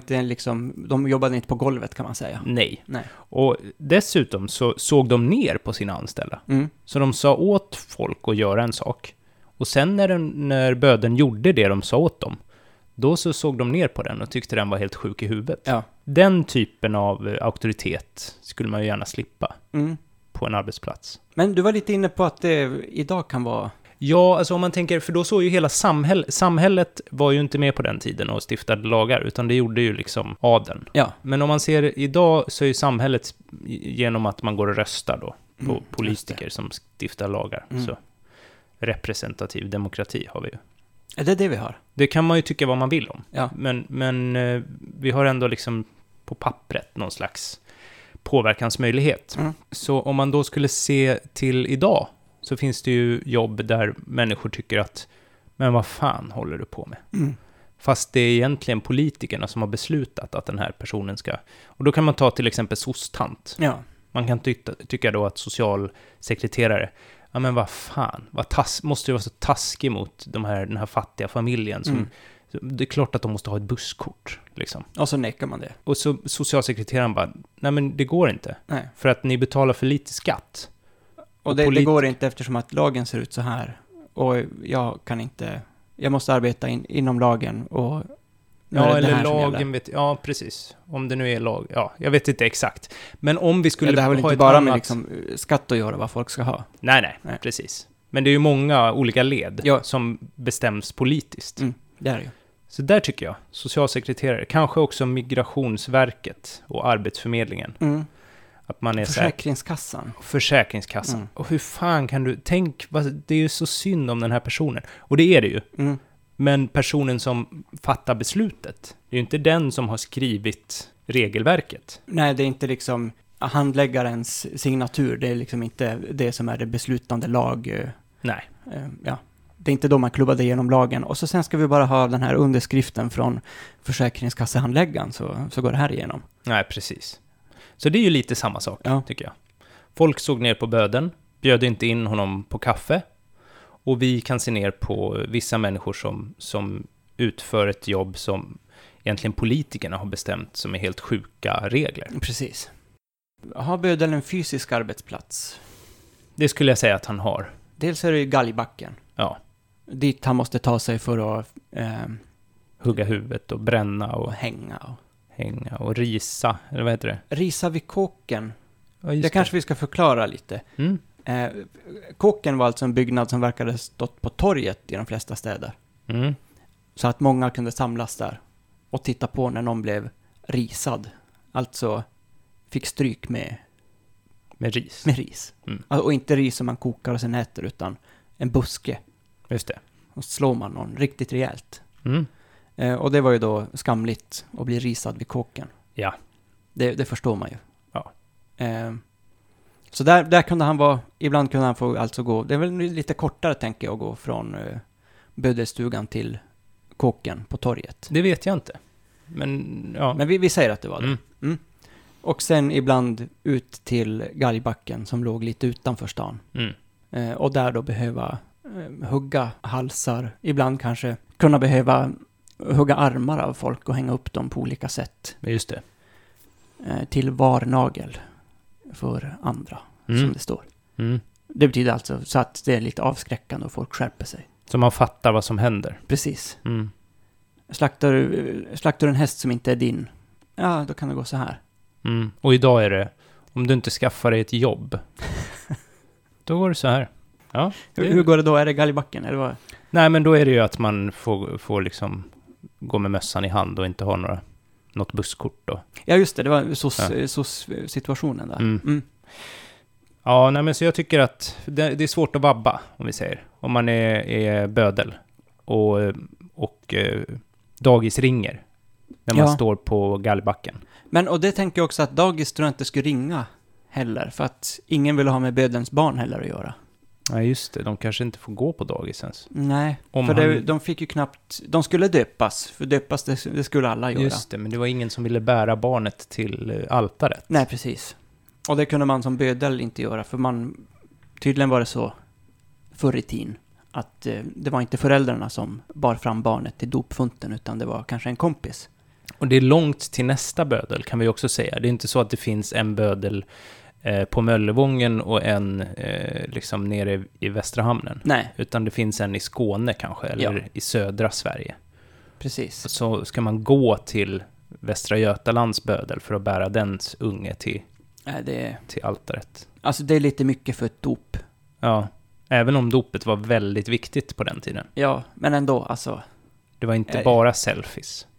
de jobbade inte på golvet kan man säga. Nej. Och dessutom så såg de ner på sina anställda. Så de sa åt folk att göra en sak. Och sen när böden gjorde det de sa åt dem, då så såg de ner på den och tyckte den var helt sjuk i huvudet. Ja. Den typen av auktoritet skulle man ju gärna slippa på en arbetsplats. Men du var lite inne på att det idag kan vara... Ja, alltså om man tänker, för då såg ju hela samhället var ju inte med på den tiden och stiftade lagar, utan det gjorde ju liksom adeln. Ja. Men om man ser idag så är ju samhället genom att man går och röstar då på politiker som stiftar lagar. Så representativ demokrati har vi ju. Är det det vi har? Det kan man ju tycka vad man vill om. Ja. Men vi har ändå liksom på pappret någon slags påverkansmöjlighet. Så om man då skulle se till idag så finns det ju jobb där människor tycker att men vad fan håller du på med? Fast det är egentligen politikerna som har beslutat att den här personen ska... Och då kan man ta till exempel sostant. Ja. Man kan tycka då att socialsekreterare, ja men vad fan, måste ju vara så taskig mot den här fattiga familjen som... Det är klart att de måste ha ett busskort. Liksom. Och så nekar man det. Och så socialsekreteraren bara, nej men det går inte. Nej. För att ni betalar för lite skatt. Och det går inte eftersom att lagen ser ut så här. Och jag kan inte... Jag måste arbeta inom lagen och... Ja, eller lagen vet... Ja, precis. Om det nu är lag... Ja, jag vet inte exakt. Men om vi skulle... det har väl inte bara med liksom skatt att göra vad folk ska ha. Nej, precis. Men det är ju många olika led som bestäms politiskt. Det är det ju. Så där tycker jag, socialsekreterare, kanske också Migrationsverket och Arbetsförmedlingen. Att man är Försäkringskassan. Och hur fan kan du... Tänk, det är ju så synd om den här personen. Och det är det ju. Men personen som fattar beslutet, det är ju inte den som har skrivit regelverket. Nej, det är inte liksom handläggarens signatur. Det är liksom inte det som är det beslutande lag. Nej. Ja. Det är inte då man klubbade igenom lagen. Och så sen ska vi bara ha den här underskriften från försäkringskassehandläggaren så går det här igenom. Nej, precis. Så det är ju lite samma sak, tycker jag. Folk såg ner på böden, bjöd inte in honom på kaffe. Och vi kan se ner på vissa människor som utför ett jobb som egentligen politikerna har bestämt som är helt sjuka regler. Precis. Har Bödel en fysisk arbetsplats? Det skulle jag säga att han har. Dels är det ju Galgbacken. Ja. Dit han måste ta sig för att... hugga huvudet och bränna och hänga. Hänga och risa, eller vad heter det? Risa vid kåken. Ja, det kanske vi ska förklara lite. Kåken var alltså en byggnad som verkade stått på torget i de flesta städer. Så att många kunde samlas där och titta på när någon blev risad. Alltså fick stryk med ris. Med ris. Och inte ris som man kokar och sen äter, utan en buske. Just det. Och slår man någon riktigt rejält. Och det var ju då skamligt att bli risad vid kåken. Ja. Det förstår man ju. Ja. Så där kunde han vara, ibland kunde han få alltså gå, det är väl lite kortare tänker jag att gå från Bödelstugan till kåken på torget. Det vet jag inte. Men vi säger att det var det. Och sen ibland ut till Galgbacken som låg lite utanför stan. Och där då behöva hugga halsar, ibland kanske kunna behöva hugga armar av folk och hänga upp dem på olika sätt. Just det. Till varnagel för andra, som det står. Det betyder alltså så att det är lite avskräckande och folk skärper sig. Så man fattar vad som händer. Precis. Slaktar du en häst som inte är din, ja, då kan det gå så här. Och idag är det, om du inte skaffar dig ett jobb, då går det så här. Ja, hur går det då? Är det Galgbacken? Eller vad? Nej, men då är det ju att man får liksom gå med mössan i hand och inte ha något busskort då. Ja, just det. Det var SOS-situationen där. Ja, nej, men så jag tycker att det är svårt att vabba, om vi säger. Om man är bödel och dagis ringer när man står på Galgbacken. Men, och det tänker jag också att dagis tror jag inte skulle ringa heller, för att ingen vill ha med bödelns barn heller att göra. Ja, just det. De kanske inte får gå på dagis ens. Nej, de fick ju knappt... De skulle döpas, för döpas det skulle alla göra. Just det, men det var ingen som ville bära barnet till altaret. Nej, precis. Och det kunde man som bödel inte göra, för tydligen var det så förr i tiden att det var inte föräldrarna som bar fram barnet till dopfunten, utan det var kanske en kompis. Och det är långt till nästa bödel, kan vi också säga. Det är inte så att det finns en bödel på Möllevången och en liksom nere i Västra hamnen. Nej. Utan det finns en i Skåne kanske, eller i södra Sverige. Precis. Så ska man gå till Västra Götalands bödel för att bära dens unge till altaret. Alltså det är lite mycket för ett dop. Ja. Även om dopet var väldigt viktigt på den tiden. Ja, men ändå, alltså. Det var inte bara selfies.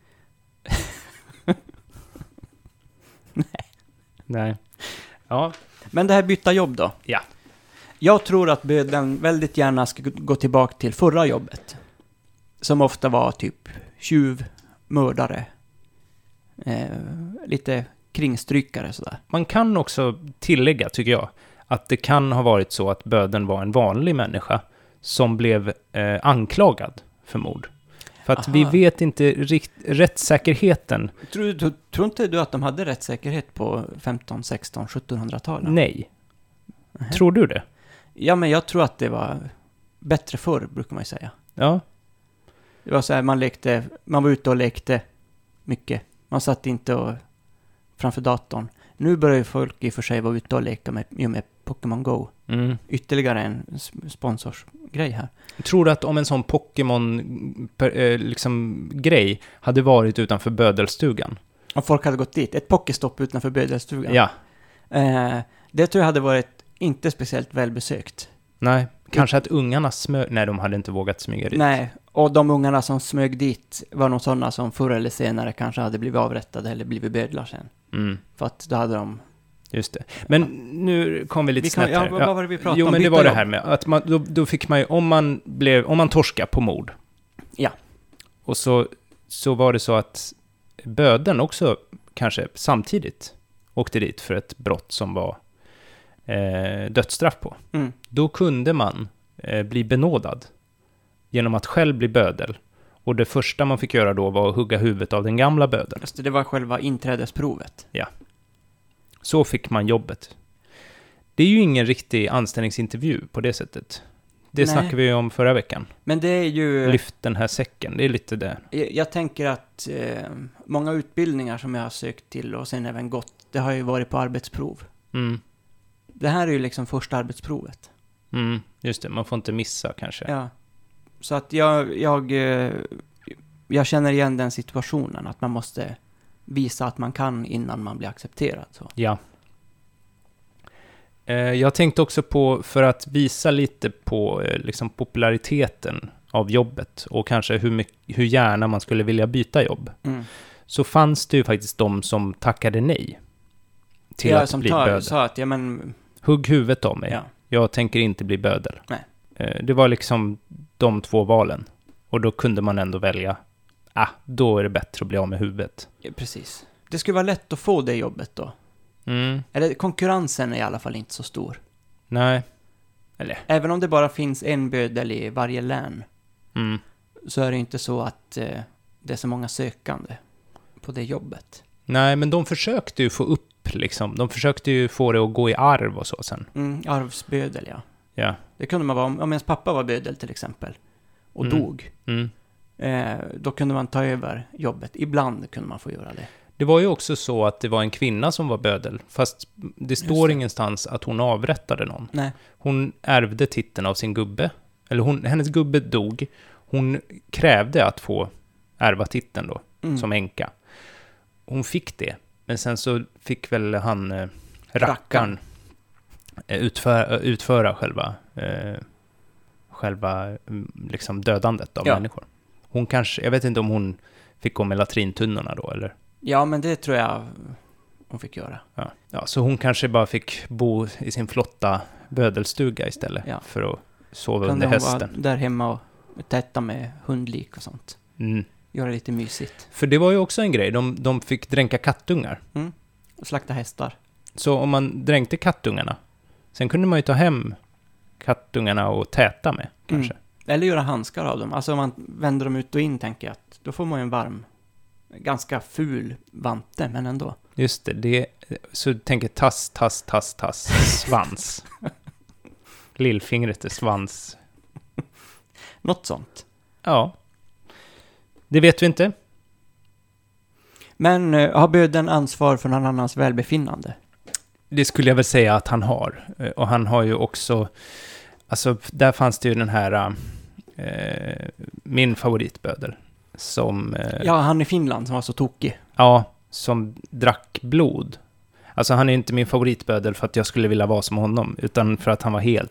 Nej. Ja. Men det här byta jobb då? Ja. Jag tror att bödeln väldigt gärna ska gå tillbaka till förra jobbet. Som ofta var typ tjuv, mördare, lite kringstrykare sådär. Man kan också tillägga, tycker jag, att det kan ha varit så att bödeln var en vanlig människa som blev anklagad för mord. För att vi vet inte rättssäkerheten. Tror inte du att de hade rättssäkerhet på 15, 16, 1700-talet? Nej. Tror du det? Ja, men jag tror att det var bättre förr, brukar man ju säga. Ja. Det var så här, man var ute och lekte mycket. Man satt inte framför datorn. Nu börjar ju folk i och för sig vara ute och leka med Pokémon Go. Ytterligare en sponsorsgrej här. Tror du att om en sån Pokémon-grej hade varit utanför bödelstugan? Om folk hade gått dit. Ett Pokéstopp utanför bödelstugan. Ja. Det tror jag hade varit inte speciellt välbesökt. Nej, kanske att ungarna Nej, de hade inte vågat smyga dit. Nej, och de ungarna som smög dit var nog sådana som förr eller senare kanske hade blivit avrättade eller blivit bödlar sen. För att då hade de... Just det. Men nu kom vi lite snett här. Vad var det vi pratade om? Jo, men det var det här med att då fick man ju, om man torskar på mord. Ja. Och så var det så att bödeln också kanske samtidigt åkte dit för ett brott som var dödsstraff på. Då kunde man bli benådad genom att själv bli bödel. Och det första man fick göra då var att hugga huvudet av den gamla bödeln. Just det var själva inträdesprovet. Ja. Så fick man jobbet. Det är ju ingen riktig anställningsintervju på det sättet. Det snackade vi om förra veckan. Men det är ju... Lyft den här säcken, det är lite det. Jag tänker att många utbildningar som jag har sökt till och sen även gått, det har ju varit på arbetsprov. Det här är ju liksom första arbetsprovet. Just det, man får inte missa kanske. Ja. Så att jag känner igen den situationen, att man måste visa att man kan innan man blir accepterad. Så. Ja. Jag tänkte också på, för att visa lite på liksom populariteten av jobbet och kanske hur gärna man skulle vilja byta jobb. Så fanns det ju faktiskt de som tackade nej till att bli bödel. Sa att, hugg huvudet av mig. Ja. Jag tänker inte bli bödel. Nej. Det var liksom de två valen. Och då kunde man ändå välja, då är det bättre att bli av med huvudet. Ja, precis. Det skulle vara lätt att få det jobbet då. Eller konkurrensen är i alla fall inte så stor. Nej. Eller? Även om det bara finns en bödel i varje län. Så är det inte så att det är så många sökande på det jobbet. Nej, men de försökte ju få upp liksom. De försökte ju få det att gå i arv och så sen. Arvsbödel, ja. Ja. Det kunde man vara om ens pappa var bödel till exempel. Och dog. Då kunde man ta över jobbet. Ibland kunde man få göra det. Det var ju också så att det var en kvinna som var bödel. Fast det står ingenstans att hon avrättade någon. Nej. Hon ärvde titeln av sin gubbe. Eller hennes gubbe dog. Hon krävde att få ärva titeln då. Som änka. Hon fick det. Men sen så fick väl han rackaren utföra själva liksom dödandet av människor. Hon kanske, jag vet inte om hon fick gå med latrintunnorna då, eller? Ja, men det tror jag hon fick göra. Ja, så hon kanske bara fick bo i sin flotta bödelstuga istället för att sova under hästen. Hon var där hemma och tätta med hundlik och sånt. Göra lite mysigt. För det var ju också en grej. De fick dränka kattungar. Och slakta hästar. Så om man dränkte kattungarna, sen kunde man ju ta hem kattungarna och täta med, kanske. Eller göra handskar av dem. Alltså om man vänder dem ut och in, tänker jag att då får man ju en varm, ganska ful vante, men ändå. Just det. Så tänker tass, svans. Lillfingret är svans. Något sånt. Ja. Det vet vi inte. Men har bödeln ansvar för någon annans välbefinnande? Det skulle jag väl säga att han har. Och han har ju också... Alltså, där fanns det ju den här... min favoritbödel. Som... han i Finland som var så tokig. Ja, som drack blod. Alltså, han är inte min favoritbödel för att jag skulle vilja vara som honom. Utan för att han var helt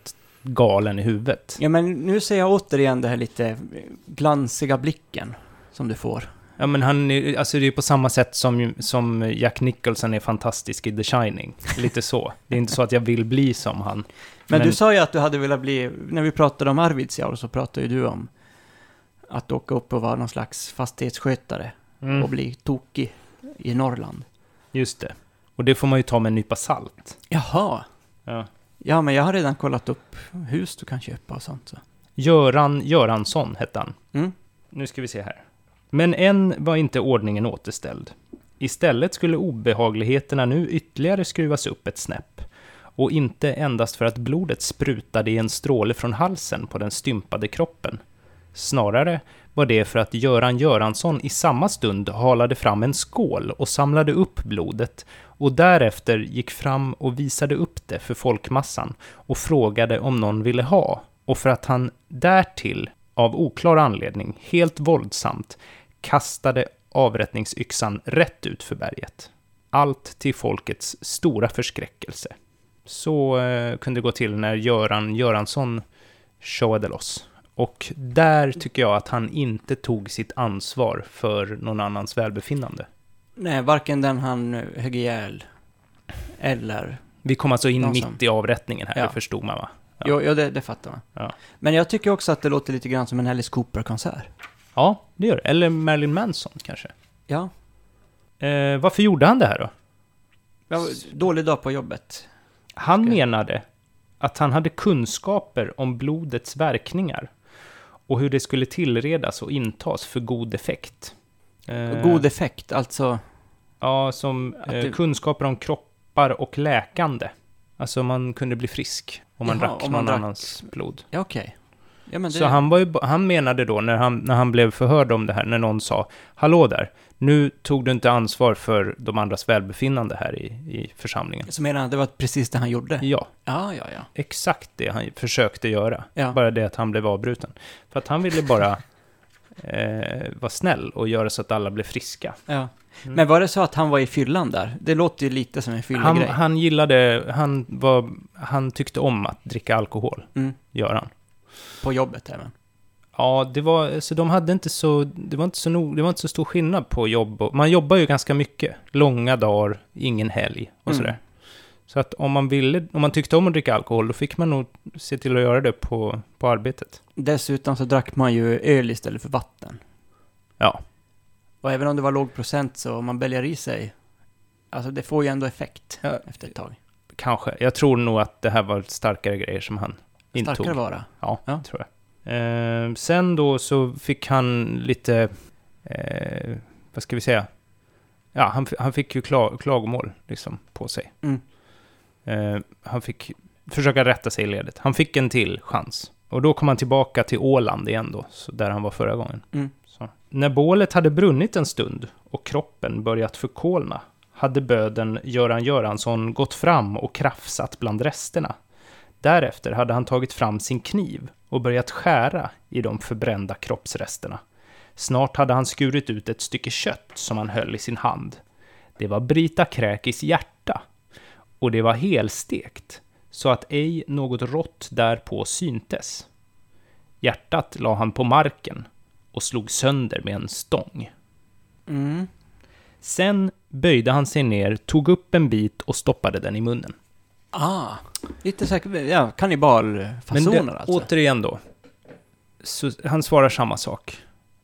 galen i huvudet. Ja, men nu ser jag återigen det här lite glansiga blicken som du får. Ja, men alltså det är på samma sätt som Jack Nicholson är fantastisk i The Shining. Lite så. Det är inte så att jag vill bli som han. Men du sa ju att du hade velat bli, när vi pratade om Arvidsjaur så pratade ju du om att åka upp och vara någon slags fastighetsskötare och bli tokig i Norrland. Just det. Och det får man ju ta med en nypa salt. Jaha. Ja. Ja, men jag har redan kollat upp hus du kan köpa och sånt. Så. Göran Göransson hette han. Mm. Nu ska vi se här. Men än var inte ordningen återställd. Istället skulle obehagligheterna nu ytterligare skruvas upp ett snäpp. Och inte endast för att blodet sprutade i en stråle från halsen på den stympade kroppen. Snarare var det för att Göran Göransson i samma stund halade fram en skål och samlade upp blodet och därefter gick fram och visade upp det för folkmassan och frågade om någon ville ha. Och för att han därtill, av oklar anledning, helt våldsamt kastade avrättningsyxan rätt ut för berget. Allt till folkets stora förskräckelse. Så kunde det gå till när Göran Göransson showade loss. Och där tycker jag att han inte tog sitt ansvar för någon annans välbefinnande. Nej, varken den han högg ihjäl eller... Vi kom alltså in mitt i avrättningen här, ja. Det förstod man, va? Ja, ja det fattar man. Ja. Men jag tycker också att det låter lite grann som en Alice Cooper-konsert. Ja, det gör det. Eller Marilyn Manson kanske. Ja. Varför gjorde han det här då? Ja, dålig dag på jobbet. Han menade att han hade kunskaper om blodets verkningar och hur det skulle tillredas och intas för god effekt. God effekt, alltså? Ja, som kunskaper om kroppar och läkande. Alltså man kunde bli frisk om man drack någon annans blod. Ja, okej. Ja, men det... Så han menade då, när han blev förhörd om det här, när någon sa, hallå där, nu tog du inte ansvar för de andras välbefinnande här i församlingen. Så menar han, det var precis det han gjorde? Ja. Ja. Exakt det han försökte göra. Ja. Bara det att han blev avbruten. För att han ville bara vara snäll och göra så att alla blev friska. Ja. Men var det så att han var i fyllan där? Det låter ju lite som en fyllegrej. Han gillade, han tyckte om att dricka alkohol. Gör han. På jobbet även? Ja, det var så de hade inte så, det var inte så stor skillnad på jobb. Man jobbar ju ganska mycket. Långa dagar, ingen helg och sådär. Så att om man tyckte om att dricka alkohol, då fick man nog se till att göra det på arbetet. Dessutom så drack man ju öl istället för vatten. Ja. Och även om det var låg procent så om man bälgar i sig, alltså det får ju ändå effekt efter ett tag. Kanske. Jag tror nog att det här var starkare grejer som han intog. Starkare vara? Ja, tror jag. Sen då så fick han lite, vad ska vi säga? Ja, han fick ju klagomål liksom på sig. Han fick försöka rätta sig i ledet. Han fick en till chans. Och då kom han tillbaka till Åland igen då, så där han var förra gången. Så. När bålet hade brunnit en stund och kroppen börjat förkolna hade böden Göran Göransson gått fram och krafsat bland resterna. Därefter hade han tagit fram sin kniv och börjat skära i de förbrända kroppsresterna. Snart hade han skurit ut ett stycke kött som han höll i sin hand. Det var Brita Kräkis hjärta, och det var helstekt, så att ej något rått därpå syntes. Hjärtat la han på marken och slog sönder med en stång. Sen böjde han sig ner, tog upp en bit och stoppade den i munnen. Lite säkert, kannibalfasoner. Men alltså. Återigen då, så han svarar samma sak.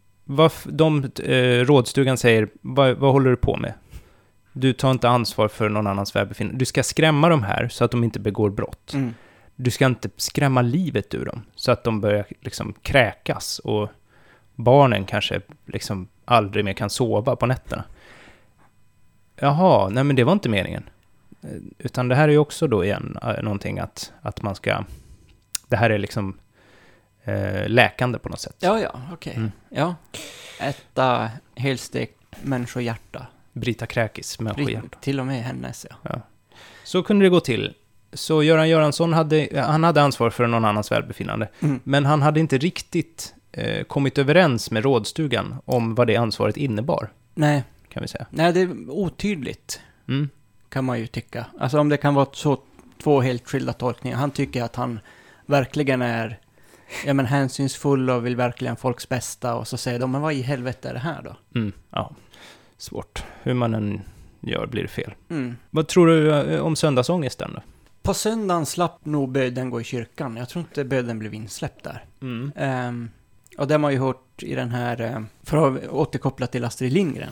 Rådstugan säger, vad håller du på med? Du tar inte ansvar för någon annans välbefinnande. Du ska skrämma dem här så att de inte begår brott. Du ska inte skrämma livet ur dem så att de börjar liksom kräkas och barnen kanske liksom aldrig mer kan sova på nätterna. Jaha, nej men det var inte meningen. Utan det här är ju också då igen någonting att man ska, det här är liksom läkande på något sätt. Ja, okej. Ja. Äta helstekt människohjärta. Brita Kräkis människohjärta. Till och med hennes, ja. Så kunde det gå till. Så Göran Göransson hade ansvar för någon annans välbefinnande. Men han hade inte riktigt kommit överens med rådstugan om vad det ansvaret innebar. Nej. Kan vi säga. Nej, det är otydligt. Kan man ju tycka. Alltså om det kan vara så två helt skilda tolkningar. Han tycker att han verkligen är hänsynsfull och vill verkligen folks bästa, och så säger de, men vad i helvete är det här då? Ja, svårt. Hur man än gör blir det fel. Vad tror du om söndagsångesten då? På söndagen slapp nog böden gå i kyrkan. Jag tror inte böden blev insläppt där. Och det har man ju hört i den här, för att återkoppla till Astrid Lindgren,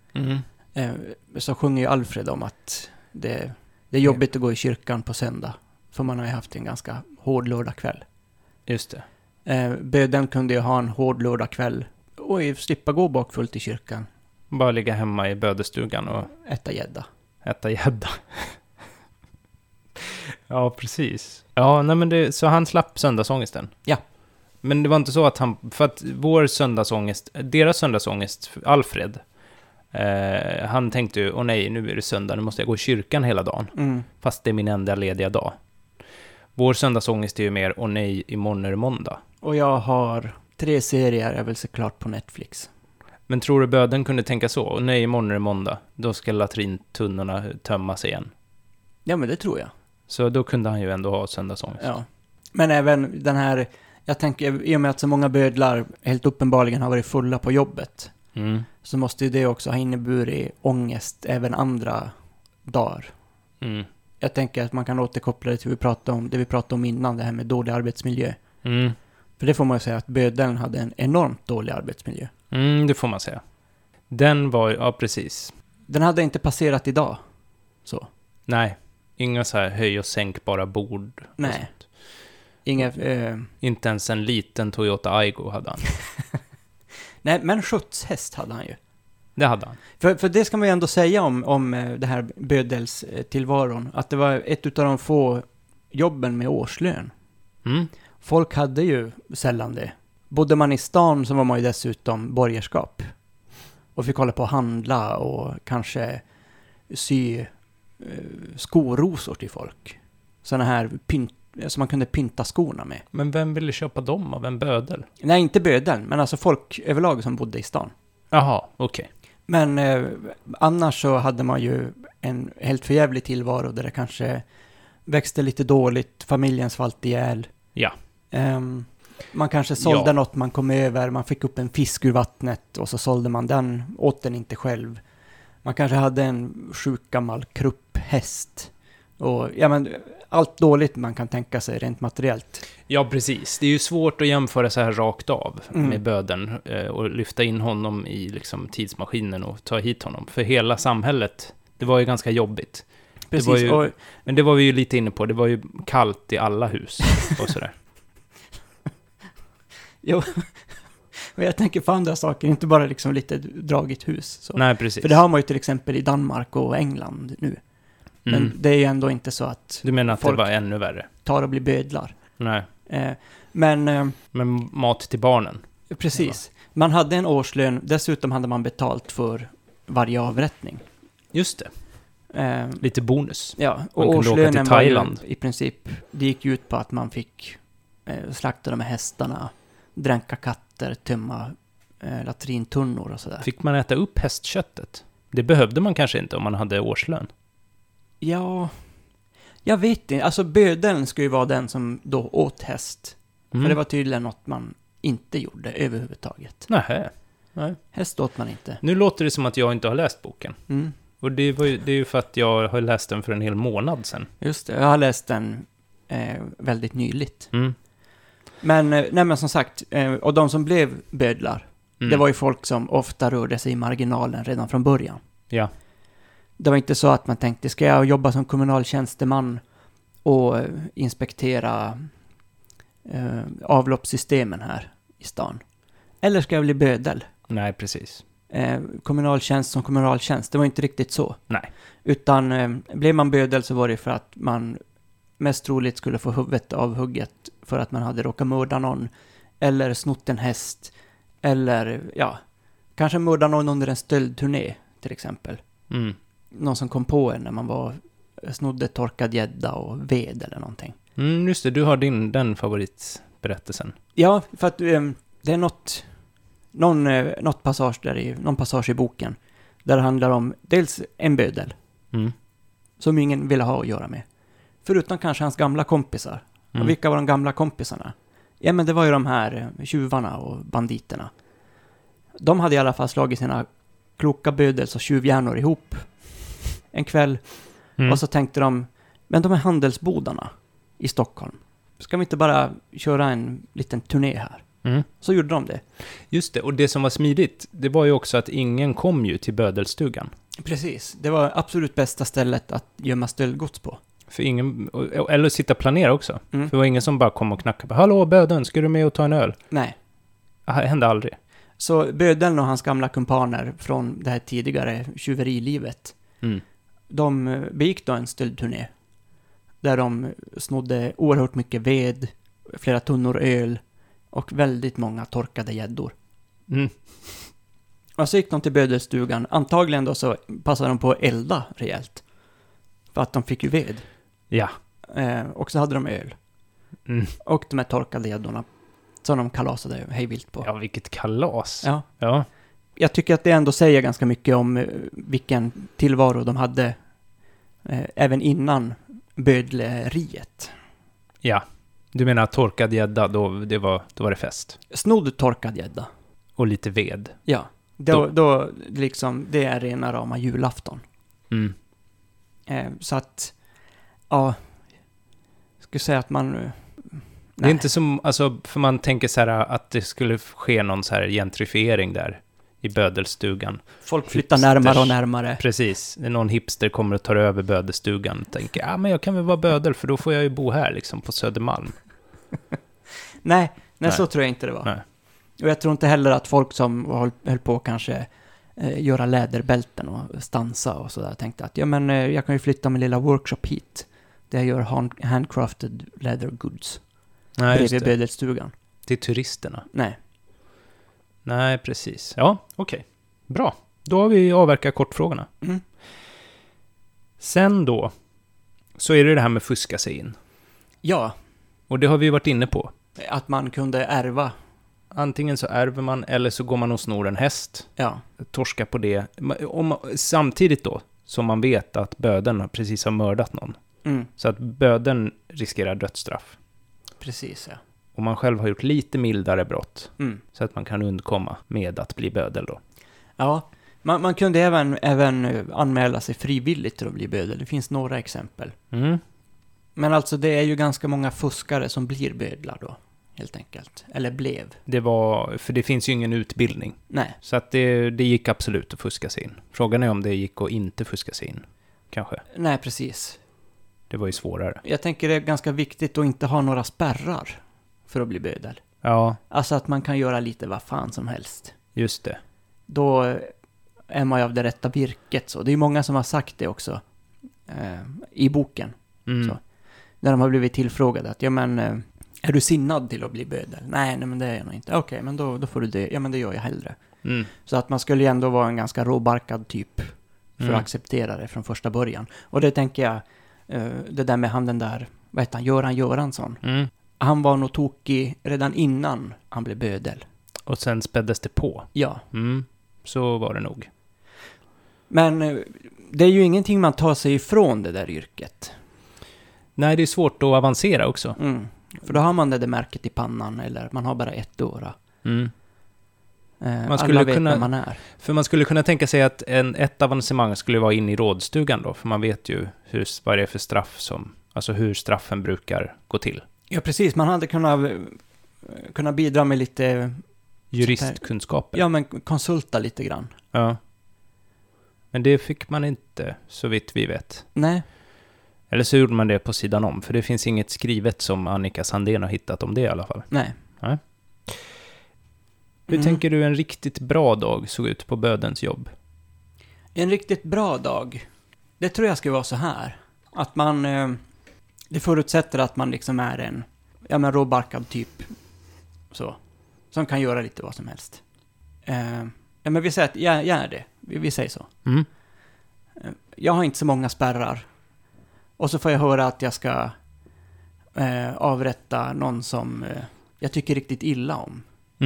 så sjunger ju Alfred om att det är jobbigt att gå i kyrkan på söndag, för man har ju haft en ganska hård lördagkväll. Just det. Böden kunde ju ha en hård lördagkväll och slippa gå bakfullt i kyrkan. Bara ligga hemma i bödestugan och äta gädda. Ja, precis. Ja, nej men så han slapp söndagsångesten. Ja. Men det var inte så att för att deras söndagsångest, Alfred, han tänkte ju, åh nej, nu är det söndag, nu måste jag gå i kyrkan hela dagen. Fast det är min enda lediga dag. Vår söndagsångest är ju mer, åh nej, imorgon är det måndag. Och jag har 3 serier, är väl såklart på Netflix. Men tror du böden kunde tänka så? Åh nej, imorgon är det måndag. Då ska latrintunnorna tömmas igen. Ja, men det tror jag. Så då kunde han ju ändå ha söndagsångest. Ja. Men även den här, jag tänker, i och med att så många bödlar helt uppenbarligen har varit fulla på jobbet, så måste ju det också ha inneburit ångest även andra dagar. Jag tänker att man kan återkoppla det till det vi pratade om innan, det här med dålig arbetsmiljö. För det får man ju säga att bödeln hade en enormt dålig arbetsmiljö. Det får man säga. Den var ju, ja precis. Den hade inte passerat idag. Så. Nej, inga så här höj- och sänkbara bord. Nej. Inga, inte ens en liten Toyota Aygo hade han. Nej, men skjutshäst hade han ju. Det hade han. För det ska man ju ändå säga om det här bödelstillvaron, att det var ett utav de få jobben med årslön. Folk hade ju sällan det. Bodde man i stan så var man ju dessutom borgerskap. Och fick hålla på att handla och kanske sy skorosor till folk. Såna här som man kunde pynta skorna med. Men vem ville köpa dem av en bödel? Nej, inte bödeln, men alltså folk överlag som bodde i stan. Jaha, okej. Men annars så hade man ju en helt förjävlig tillvaro där det kanske växte lite dåligt, familjen svalt ihjäl. Ja. Man kanske sålde något man kom över, man fick upp en fisk ur vattnet och så sålde man den, åt den inte själv. Man kanske hade en sjuk gammal krupphäst. Och allt dåligt man kan tänka sig rent materiellt. Ja, precis. Det är ju svårt att jämföra så här rakt av med böden och lyfta in honom i liksom tidsmaskinen och ta hit honom. För hela samhället, det var ju ganska jobbigt. Precis. Men det var vi ju lite inne på, det var ju kallt i alla hus och sådär. Jo, och jag tänker på andra saker, inte bara liksom lite dragigt hus. Så. Nej, precis. För det har man ju till exempel i Danmark och England nu. Men det är ju ändå inte så att... Du menar att det var ännu värre? Tar och blir bödlar. Nej. Men mat till barnen? Precis. Ja. Man hade en årslön, dessutom hade man betalt för varje avrättning. Just det. Lite bonus. Ja, och årslönen var ju i princip, det gick ut på att man fick slakta de här hästarna, dränka katter, tömma latrintunnor och sådär. Fick man äta upp hästköttet? Det behövde man kanske inte om man hade årslön. Ja, jag vet inte. Alltså bödeln skulle ju vara den som då åt häst. För det var tydligen något man inte gjorde överhuvudtaget. Nej. Häst åt man inte. Nu låter det som att jag inte har läst boken. Och det är ju för att jag har läst den för en hel månad sedan. Just det, jag har läst den väldigt nyligt. Men som sagt, och de som blev bödlar, det var ju folk som ofta rörde sig i marginalen redan från början. Ja. Det var inte så att man tänkte, ska jag jobba som kommunal tjänsteman och inspektera avloppssystemen här i stan? Eller ska jag bli bödel? Nej, precis. Kommunaltjänst som kommunaltjänst, det var inte riktigt så. Nej. Utan blev man bödel så var det för att man mest troligt skulle få huvudet avhugget för att man hade råkat mörda någon, eller snott en häst, eller kanske mörda någon under en stöldturné till exempel. Någon som kom på en när man snodde torkad gädda och ved eller någonting. Just det, du har den favoritberättelsen. Ja, för att det är något passage i boken där det handlar om dels en bödel som ingen ville ha att göra med. Förutom kanske hans gamla kompisar. Och vilka var de gamla kompisarna? Ja, men det var ju de här tjuvarna och banditerna. De hade i alla fall slagit sina kloka bödels- och tjuvhjärnor ihop en kväll. Och så tänkte de, men de är handelsbodarna i Stockholm. Ska vi inte bara köra en liten turné här? Så gjorde de det. Just det, och det som var smidigt, det var ju också att ingen kom ju till bödelstugan. Precis, det var absolut bästa stället att gömma stöldgods på. För ingen, eller sitta och planera också. För det var ingen som bara kom och knackade på, hallå bödeln, ska du med och ta en öl? Nej. Det hände aldrig. Så bödeln och hans gamla kumpaner från det här tidigare tjuverilivet, de begick då en stöldturné. Där de snodde oerhört mycket ved, flera tunnor öl och väldigt många torkade gäddor. Och så gick de till bödelstugan. Antagligen då så passade de på att elda rejält. För att de fick ju ved. Ja. Och så hade de öl. Och de här torkade gäddorna som de kalasade hejvilt på. Ja, vilket kalas. Ja. Jag tycker att det ändå säger ganska mycket om vilken tillvaro de hade även innan bödleriet. Ja. Du menar torkad gädda, då var det fest? Snodd torkad gädda. Och lite ved. Ja. Då liksom, det är rena rama julafton. Så att, ja, jag skulle säga att man... Det är inte som, alltså, för man tänker så här att det skulle ske någon så här gentrifiering där i bödelstugan. Folk flyttar närmare och närmare. Precis. Någon hipster kommer och tar över bödelstugan och tänker, men jag kan väl vara bödel för då får jag ju bo här liksom på Södermalm. Nej, så tror jag inte det var. Nej. Och jag tror inte heller att folk som höll på kanske göra läderbälten och stansa och sådär tänkte att jag kan ju flytta min lilla workshop hit. Där jag gör handcrafted leather goods. Nej, bredvid bödelstugan. Till turisterna? Nej, precis. Ja, okej. Bra. Då har vi avverkat kortfrågorna. Sen då, så är det här med fuska sig in. Ja. Och det har vi varit inne på. Att man kunde ärva. Antingen så ärver man, eller så går man och snor en häst. Ja. Torska på det. Samtidigt då, som man vet att bödeln precis har mördat någon. Så att bödeln riskerar dödsstraff. Precis, ja. Och man själv har gjort lite mildare brott. Så att man kan undkomma med att bli bödel då. Ja, man kunde även anmäla sig frivilligt till att bli bödel. Det finns några exempel. Men alltså det är ju ganska många fuskare som blir bödlar då, helt enkelt. Eller blev. För det finns ju ingen utbildning. Nej. Så att det gick absolut att fuska sig in. Frågan är om det gick att inte fuska sig in, kanske. Nej, precis. Det var ju svårare. Jag tänker det är ganska viktigt att inte ha några spärrar för att bli bödel. Ja. Alltså att man kan göra lite vad fan som helst. Just det. Då är man ju av det rätta virket. Så. Det är ju många som har sagt det också i boken. Så. När de har blivit tillfrågade att är du sinnad till att bli bödel? Nej, men det är jag nog inte. Okej, men då får du det. Ja, men det gör jag hellre. Så att man skulle ju ändå vara en ganska råbarkad typ för att acceptera det från första början. Och det tänker jag, det där med han den där, vad heter han, Göran Göransson. Han var nog tokig redan innan han blev bödel. Och sen späddes det på. Ja. Så var det nog. Men det är ju ingenting man tar sig ifrån det där yrket. Nej, det är svårt att avancera också. För då har man det där märket i pannan, eller man har bara ett öra. Man skulle alla vet kunna, vem man är. För man skulle kunna tänka sig att ett avancemang skulle vara in i rådstugan då. För man vet ju vad det är för straff alltså hur straffen brukar gå till. Ja, precis. Man hade kunnat bidra med lite juristkunskaper. Ja, men konsulta lite grann. Ja. Men det fick man inte, så vitt vi vet. Nej. Eller så gjorde man det på sidan om. För det finns inget skrivet som Annika Sandén har hittat om det i alla fall. Nej. Hur tänker du en riktigt bra dag såg ut på bödens jobb? En riktigt bra dag? Det tror jag ska vara så här. Att man... det förutsätter att man liksom är en råbarkad typ. Så. Som kan göra lite vad som helst. Men vi säger att jag är det. Vi säger så. Jag har inte så många spärrar. Och så får jag höra att jag ska avrätta någon som jag tycker riktigt illa om.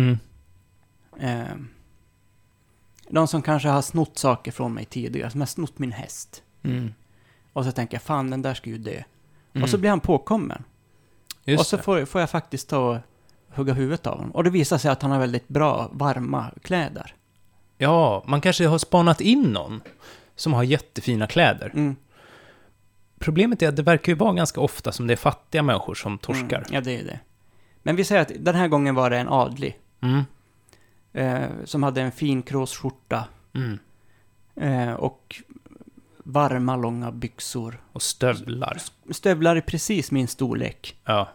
Någon som kanske har snott saker från mig tidigare. Som har snott min häst. Och så tänker jag, fan den där ska ju dö. Och så blir han påkommen. Just och så får jag faktiskt ta och hugga huvudet av honom. Och det visar sig att han har väldigt bra, varma kläder. Ja, man kanske har spanat in någon som har jättefina kläder. Mm. Problemet är att det verkar ju vara ganska ofta som det är fattiga människor som torskar. Ja, det är det. Men vi säger att den här gången var det en adlig. Som hade en fin kråsskjorta. Och varma, långa byxor. Och stövlar. Stövlar i precis min storlek. Ja.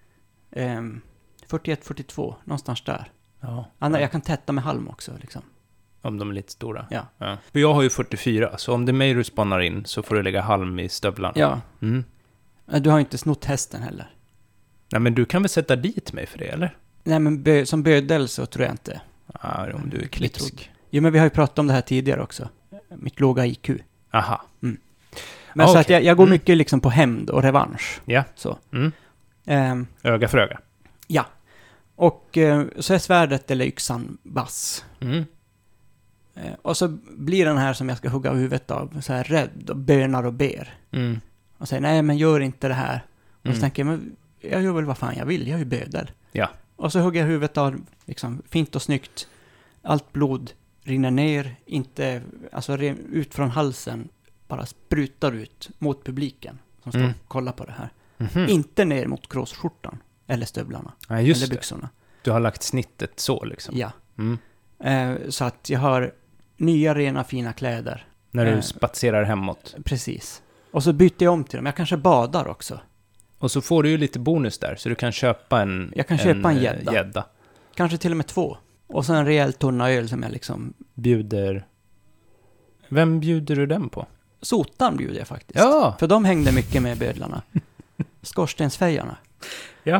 41-42, någonstans där. Ja. Jag kan tätta med halm också, liksom. Om de är lite stora. Ja. För jag har ju 44, så om det är mig du spannar in så får du lägga halm i stövlarna. Ja. Du har inte snott hästen heller. Nej, men du kan väl sätta dit mig för det, eller? Nej, men som bödel så tror jag inte. Ja, om du är klipsk. Jo, men vi har ju pratat om det här tidigare också. Mitt låga IQ. Aha. Men så att jag går mycket liksom på hämnd och revansch. Ja. Så. Öga för öga. Ja. Och så är svärdet eller yxan vass. Och så blir den här som jag ska hugga huvudet av så här rädd och bönar och ber. Och säger, nej men gör inte det här. Och så tänker jag, men jag gör väl vad fan jag vill, jag är ju bödel. Ja. Och så hugger jag huvudet av, liksom, fint och snyggt. Allt blod rinner ner, inte, alltså ut från halsen, bara sprutar ut mot publiken som står och kollar på det här. Inte ner mot kråsskjortan, eller stövlarna, eller byxorna. Du har lagt snittet så liksom. Ja. Så att jag har nya, rena, fina kläder. När du spatserar hemåt. Precis. Och så byter jag om till dem. Jag kanske badar också. Och så får du ju lite bonus där, så du kan köpa en gädda. Kanske till och med 2. Och så en rejäl tunna öl som jag liksom... Bjuder... Vem bjuder du den på? Sotan bjuder jag faktiskt. Ja! För de hängde mycket med bödlarna. Skorstensfejarna. Ja.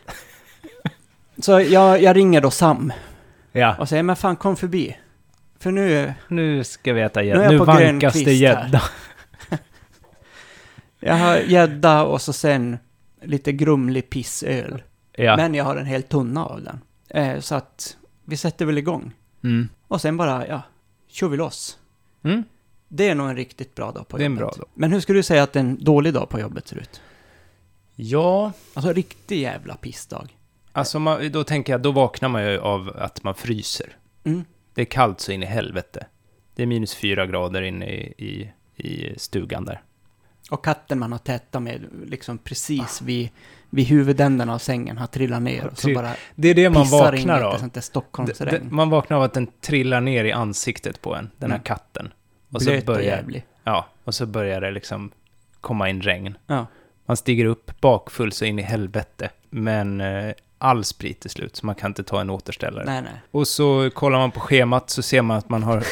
Så jag ringer då Sam. Ja. Och säger, men fan kom förbi. För nu ska vi äta gädda. Nu vankas det gädda. Jag har gädda och så sen lite grumlig pissöl. Ja. Men jag har en hel tunna av den. Så att vi sätter väl igång. Och sen bara, kör vi loss. Det är nog en riktigt bra dag på jobbet. Det är en bra dag. Men hur skulle du säga att en dålig dag på jobbet ser ut? Ja. Alltså riktig jävla pissdag. Alltså då tänker jag, då vaknar man ju av att man fryser. Det är kallt så in i helvete. Det är -4 grader inne i stugan där. Och katten man har tätat med liksom precis vid huvudändarna av sängen har trillat ner. Och så bara det är det man vaknar av. Sånt där Stockholmsregn. Man vaknar av att den trillar ner i ansiktet på en, den här katten. Och blöt så börjar, och jävlig. Ja, och så börjar det liksom komma in regn. Ja. Man stiger upp bakfull så in i helvete. Men all sprit är slut, så man kan inte ta en återställare. Nej. Och så kollar man på schemat så ser man att man har...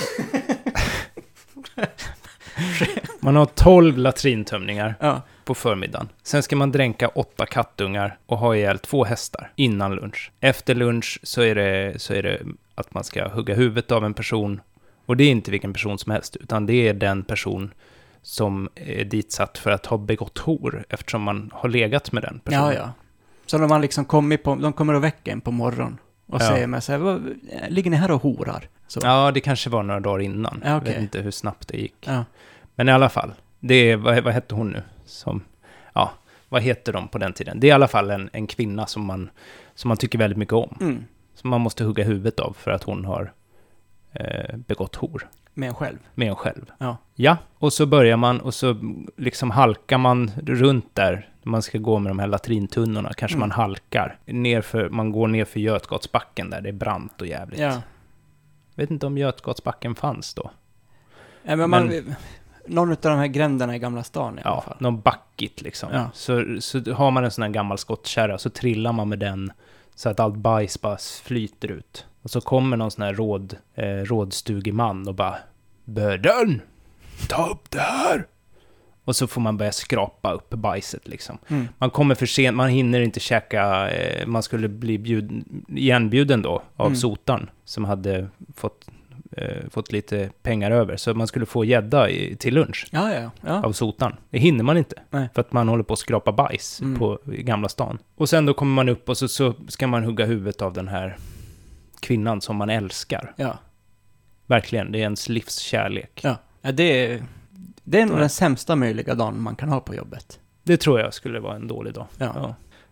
Man har 12 latrintömningar på förmiddagen. Sen ska man dränka 8 kattungar och ha ihjäl 2 hästar innan lunch. Efter lunch så är det att man ska hugga huvudet av en person. Och det är inte vilken person som helst, utan det är den person som är ditsatt för att ha begått hor, eftersom man har legat med den personen. Ja. Så de har liksom de kommer att väcka en på morgon och säger mig så här, ligger ni här och horar? Så. Ja, det kanske var några dagar innan. Ja, okay. Jag vet inte hur snabbt det gick. Ja. Men i alla fall, det är, vad hette hon nu? Vad heter de på den tiden? Det är i alla fall en kvinna som man tycker väldigt mycket om. Som man måste hugga huvudet av för att hon har begått hor. Med en själv. Ja, och så börjar man och så liksom halkar man runt där. Man ska gå med de här latrintunnorna. Kanske man halkar. Man går ner för Götgatsbacken där det är brant och jävligt. Ja. Vet inte om Götgatsbacken fanns då. Ja, men någon av de här gränderna i Gamla stan i alla fall. Någon backigt liksom. Ja. Så har man en sån här gammal skottkärra så trillar man med den så att allt bajs bara flyter ut. Och så kommer någon sån här rådstugeman och bara, Böden, ta upp det här. Och så får man börja skrapa upp bajset liksom. Man kommer för sent, man hinner inte käka, man skulle bli igenbjuden då av sotan som hade fått lite pengar över. Så man skulle få gädda till lunch av sotan. Det hinner man inte. Nej. För att man håller på att skrapa bajs på Gamla stan. Och sen då kommer man upp och så ska man hugga huvudet av den här kvinnan som man älskar. Ja. Verkligen, det är ens livskärlek. Ja, det är nog den sämsta möjliga dagen man kan ha på jobbet. Det tror jag skulle vara en dålig dag. Ja.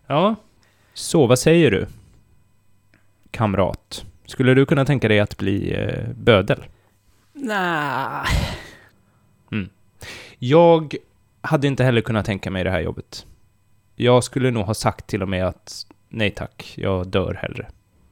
Ja. Så vad säger du, kamrat? Skulle du kunna tänka dig att bli bödel? Nej. Jag hade inte heller kunnat tänka mig det här jobbet. Jag skulle nog ha sagt till och med att nej tack, jag dör hellre.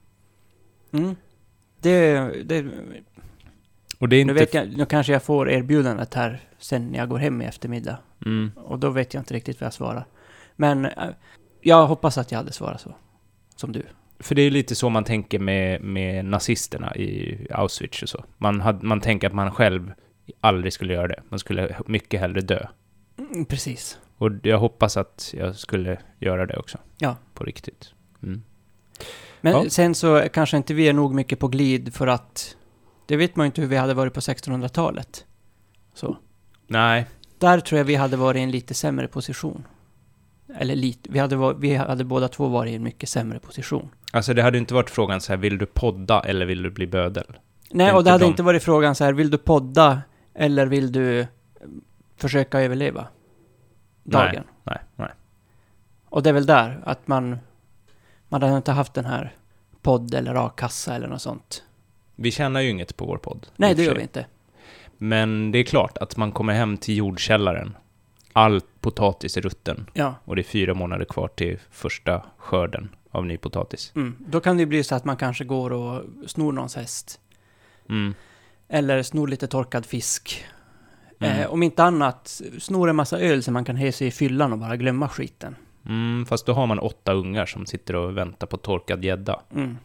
Och det är inte... Nu kanske jag får erbjudandet här sen när jag går hem i eftermiddag. Och då vet jag inte riktigt vad jag svarar. Men jag hoppas att jag hade svarat så. Som du. För det är lite så man tänker med nazisterna i Auschwitz och så. Man tänker att man själv aldrig skulle göra det. Man skulle mycket hellre dö. Precis. Och jag hoppas att jag skulle göra det också. Ja. På riktigt. Men sen så kanske inte vi är nog mycket på glid för att det vet man ju inte hur vi hade varit på 1600-talet. Så. Nej. Där tror jag vi hade varit i en lite sämre position. Eller lite. Vi hade båda två varit i en mycket sämre position. Alltså det hade inte varit frågan så här, vill du podda eller vill du bli bödel? Nej, och det hade inte varit frågan så här, vill du podda eller vill du försöka överleva dagen? Nej. Och det är väl där att man hade inte haft den här podd eller a-kassa eller något sånt. Vi tjänar ju inget på vår podd. Nej, det gör vi inte. Men det är klart att man kommer hem till jordkällaren. All potatis är rutten. Ja. Och det är 4 månader kvar till första skörden av ny potatis. Då kan det bli så att man kanske går och snor någons häst. Eller snor lite torkad fisk. Om inte annat, snor en massa öl så man kan he sig i fyllan och bara glömma skiten. Fast då har man 8 ungar som sitter och väntar på torkad gädda.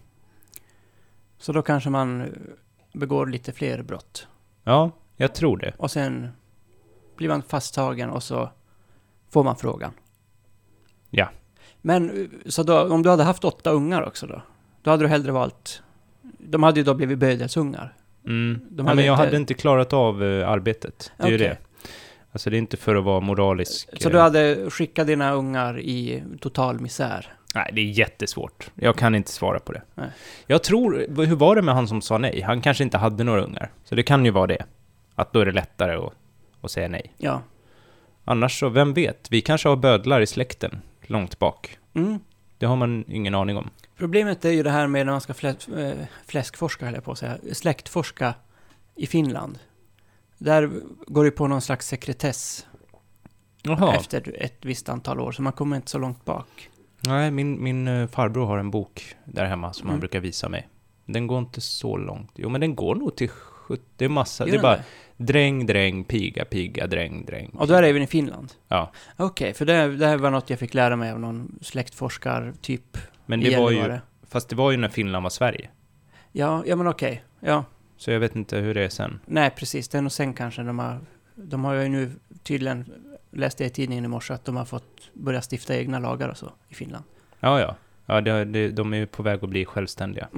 Så då kanske man begår lite fler brott. Ja, jag tror det. Och sen blir man fasttagen och så får man frågan. Ja. Men så då, om du hade haft 8 ungar också då hade du hellre valt... De hade ju då blivit bödelsungar. Men jag hade inte klarat av arbetet. Det är ju det. Alltså det är inte för att vara moralisk. Så du hade skickat dina ungar i total misär? Nej, det är jättesvårt. Jag kan inte svara på det. Nej. Jag tror, hur var det med han som sa nej? Han kanske inte hade några ungar. Så det kan ju vara det. Att då är det lättare att säga nej. Ja. Annars så, vem vet? Vi kanske har bödlar i släkten långt bak. Det har man ingen aning om. Problemet är ju det här med när man ska fläskforska, eller på att säga, släktforska i Finland. Där går det på någon slags sekretess. Jaha. Efter ett visst antal år, så man kommer inte så långt bak. Nej, min farbror har en bok där hemma som han brukar visa mig. Den går inte så långt. Jo, men den går nog till 70, det är massa. Det är bara dräng, piga, dräng. Och då är det även i Finland? Ja. Okej, för det här var något jag fick lära mig av någon släktforskartyp. Men det var ju, fast det var ju när Finland var Sverige. Ja men okej. Ja. Så jag vet inte hur det är sen. Nej, precis. Det är nog sen kanske de har ju nu tydligen, läste jag i tidningen i morse, att de har fått börja stifta egna lagar och så i Finland. Ja, de är ju på väg att bli självständiga.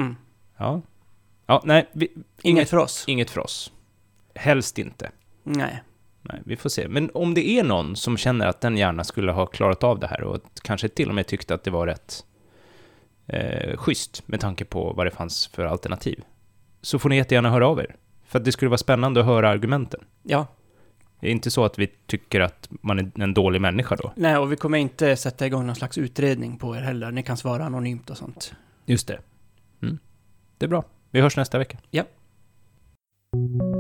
Ja, nej. Inget för oss. Inget för oss. Helst inte. Nej, vi får se. Men om det är någon som känner att den gärna skulle ha klarat av det här och kanske till och med tyckte att det var rätt schysst med tanke på vad det fanns för alternativ, så får ni jättegärna höra av er. För att det skulle vara spännande att höra argumenten. Ja. Det är inte så att vi tycker att man är en dålig människa då. Nej, och vi kommer inte sätta igång någon slags utredning på er heller. Ni kan svara anonymt och sånt. Just det. Det är bra. Vi hörs nästa vecka. Ja.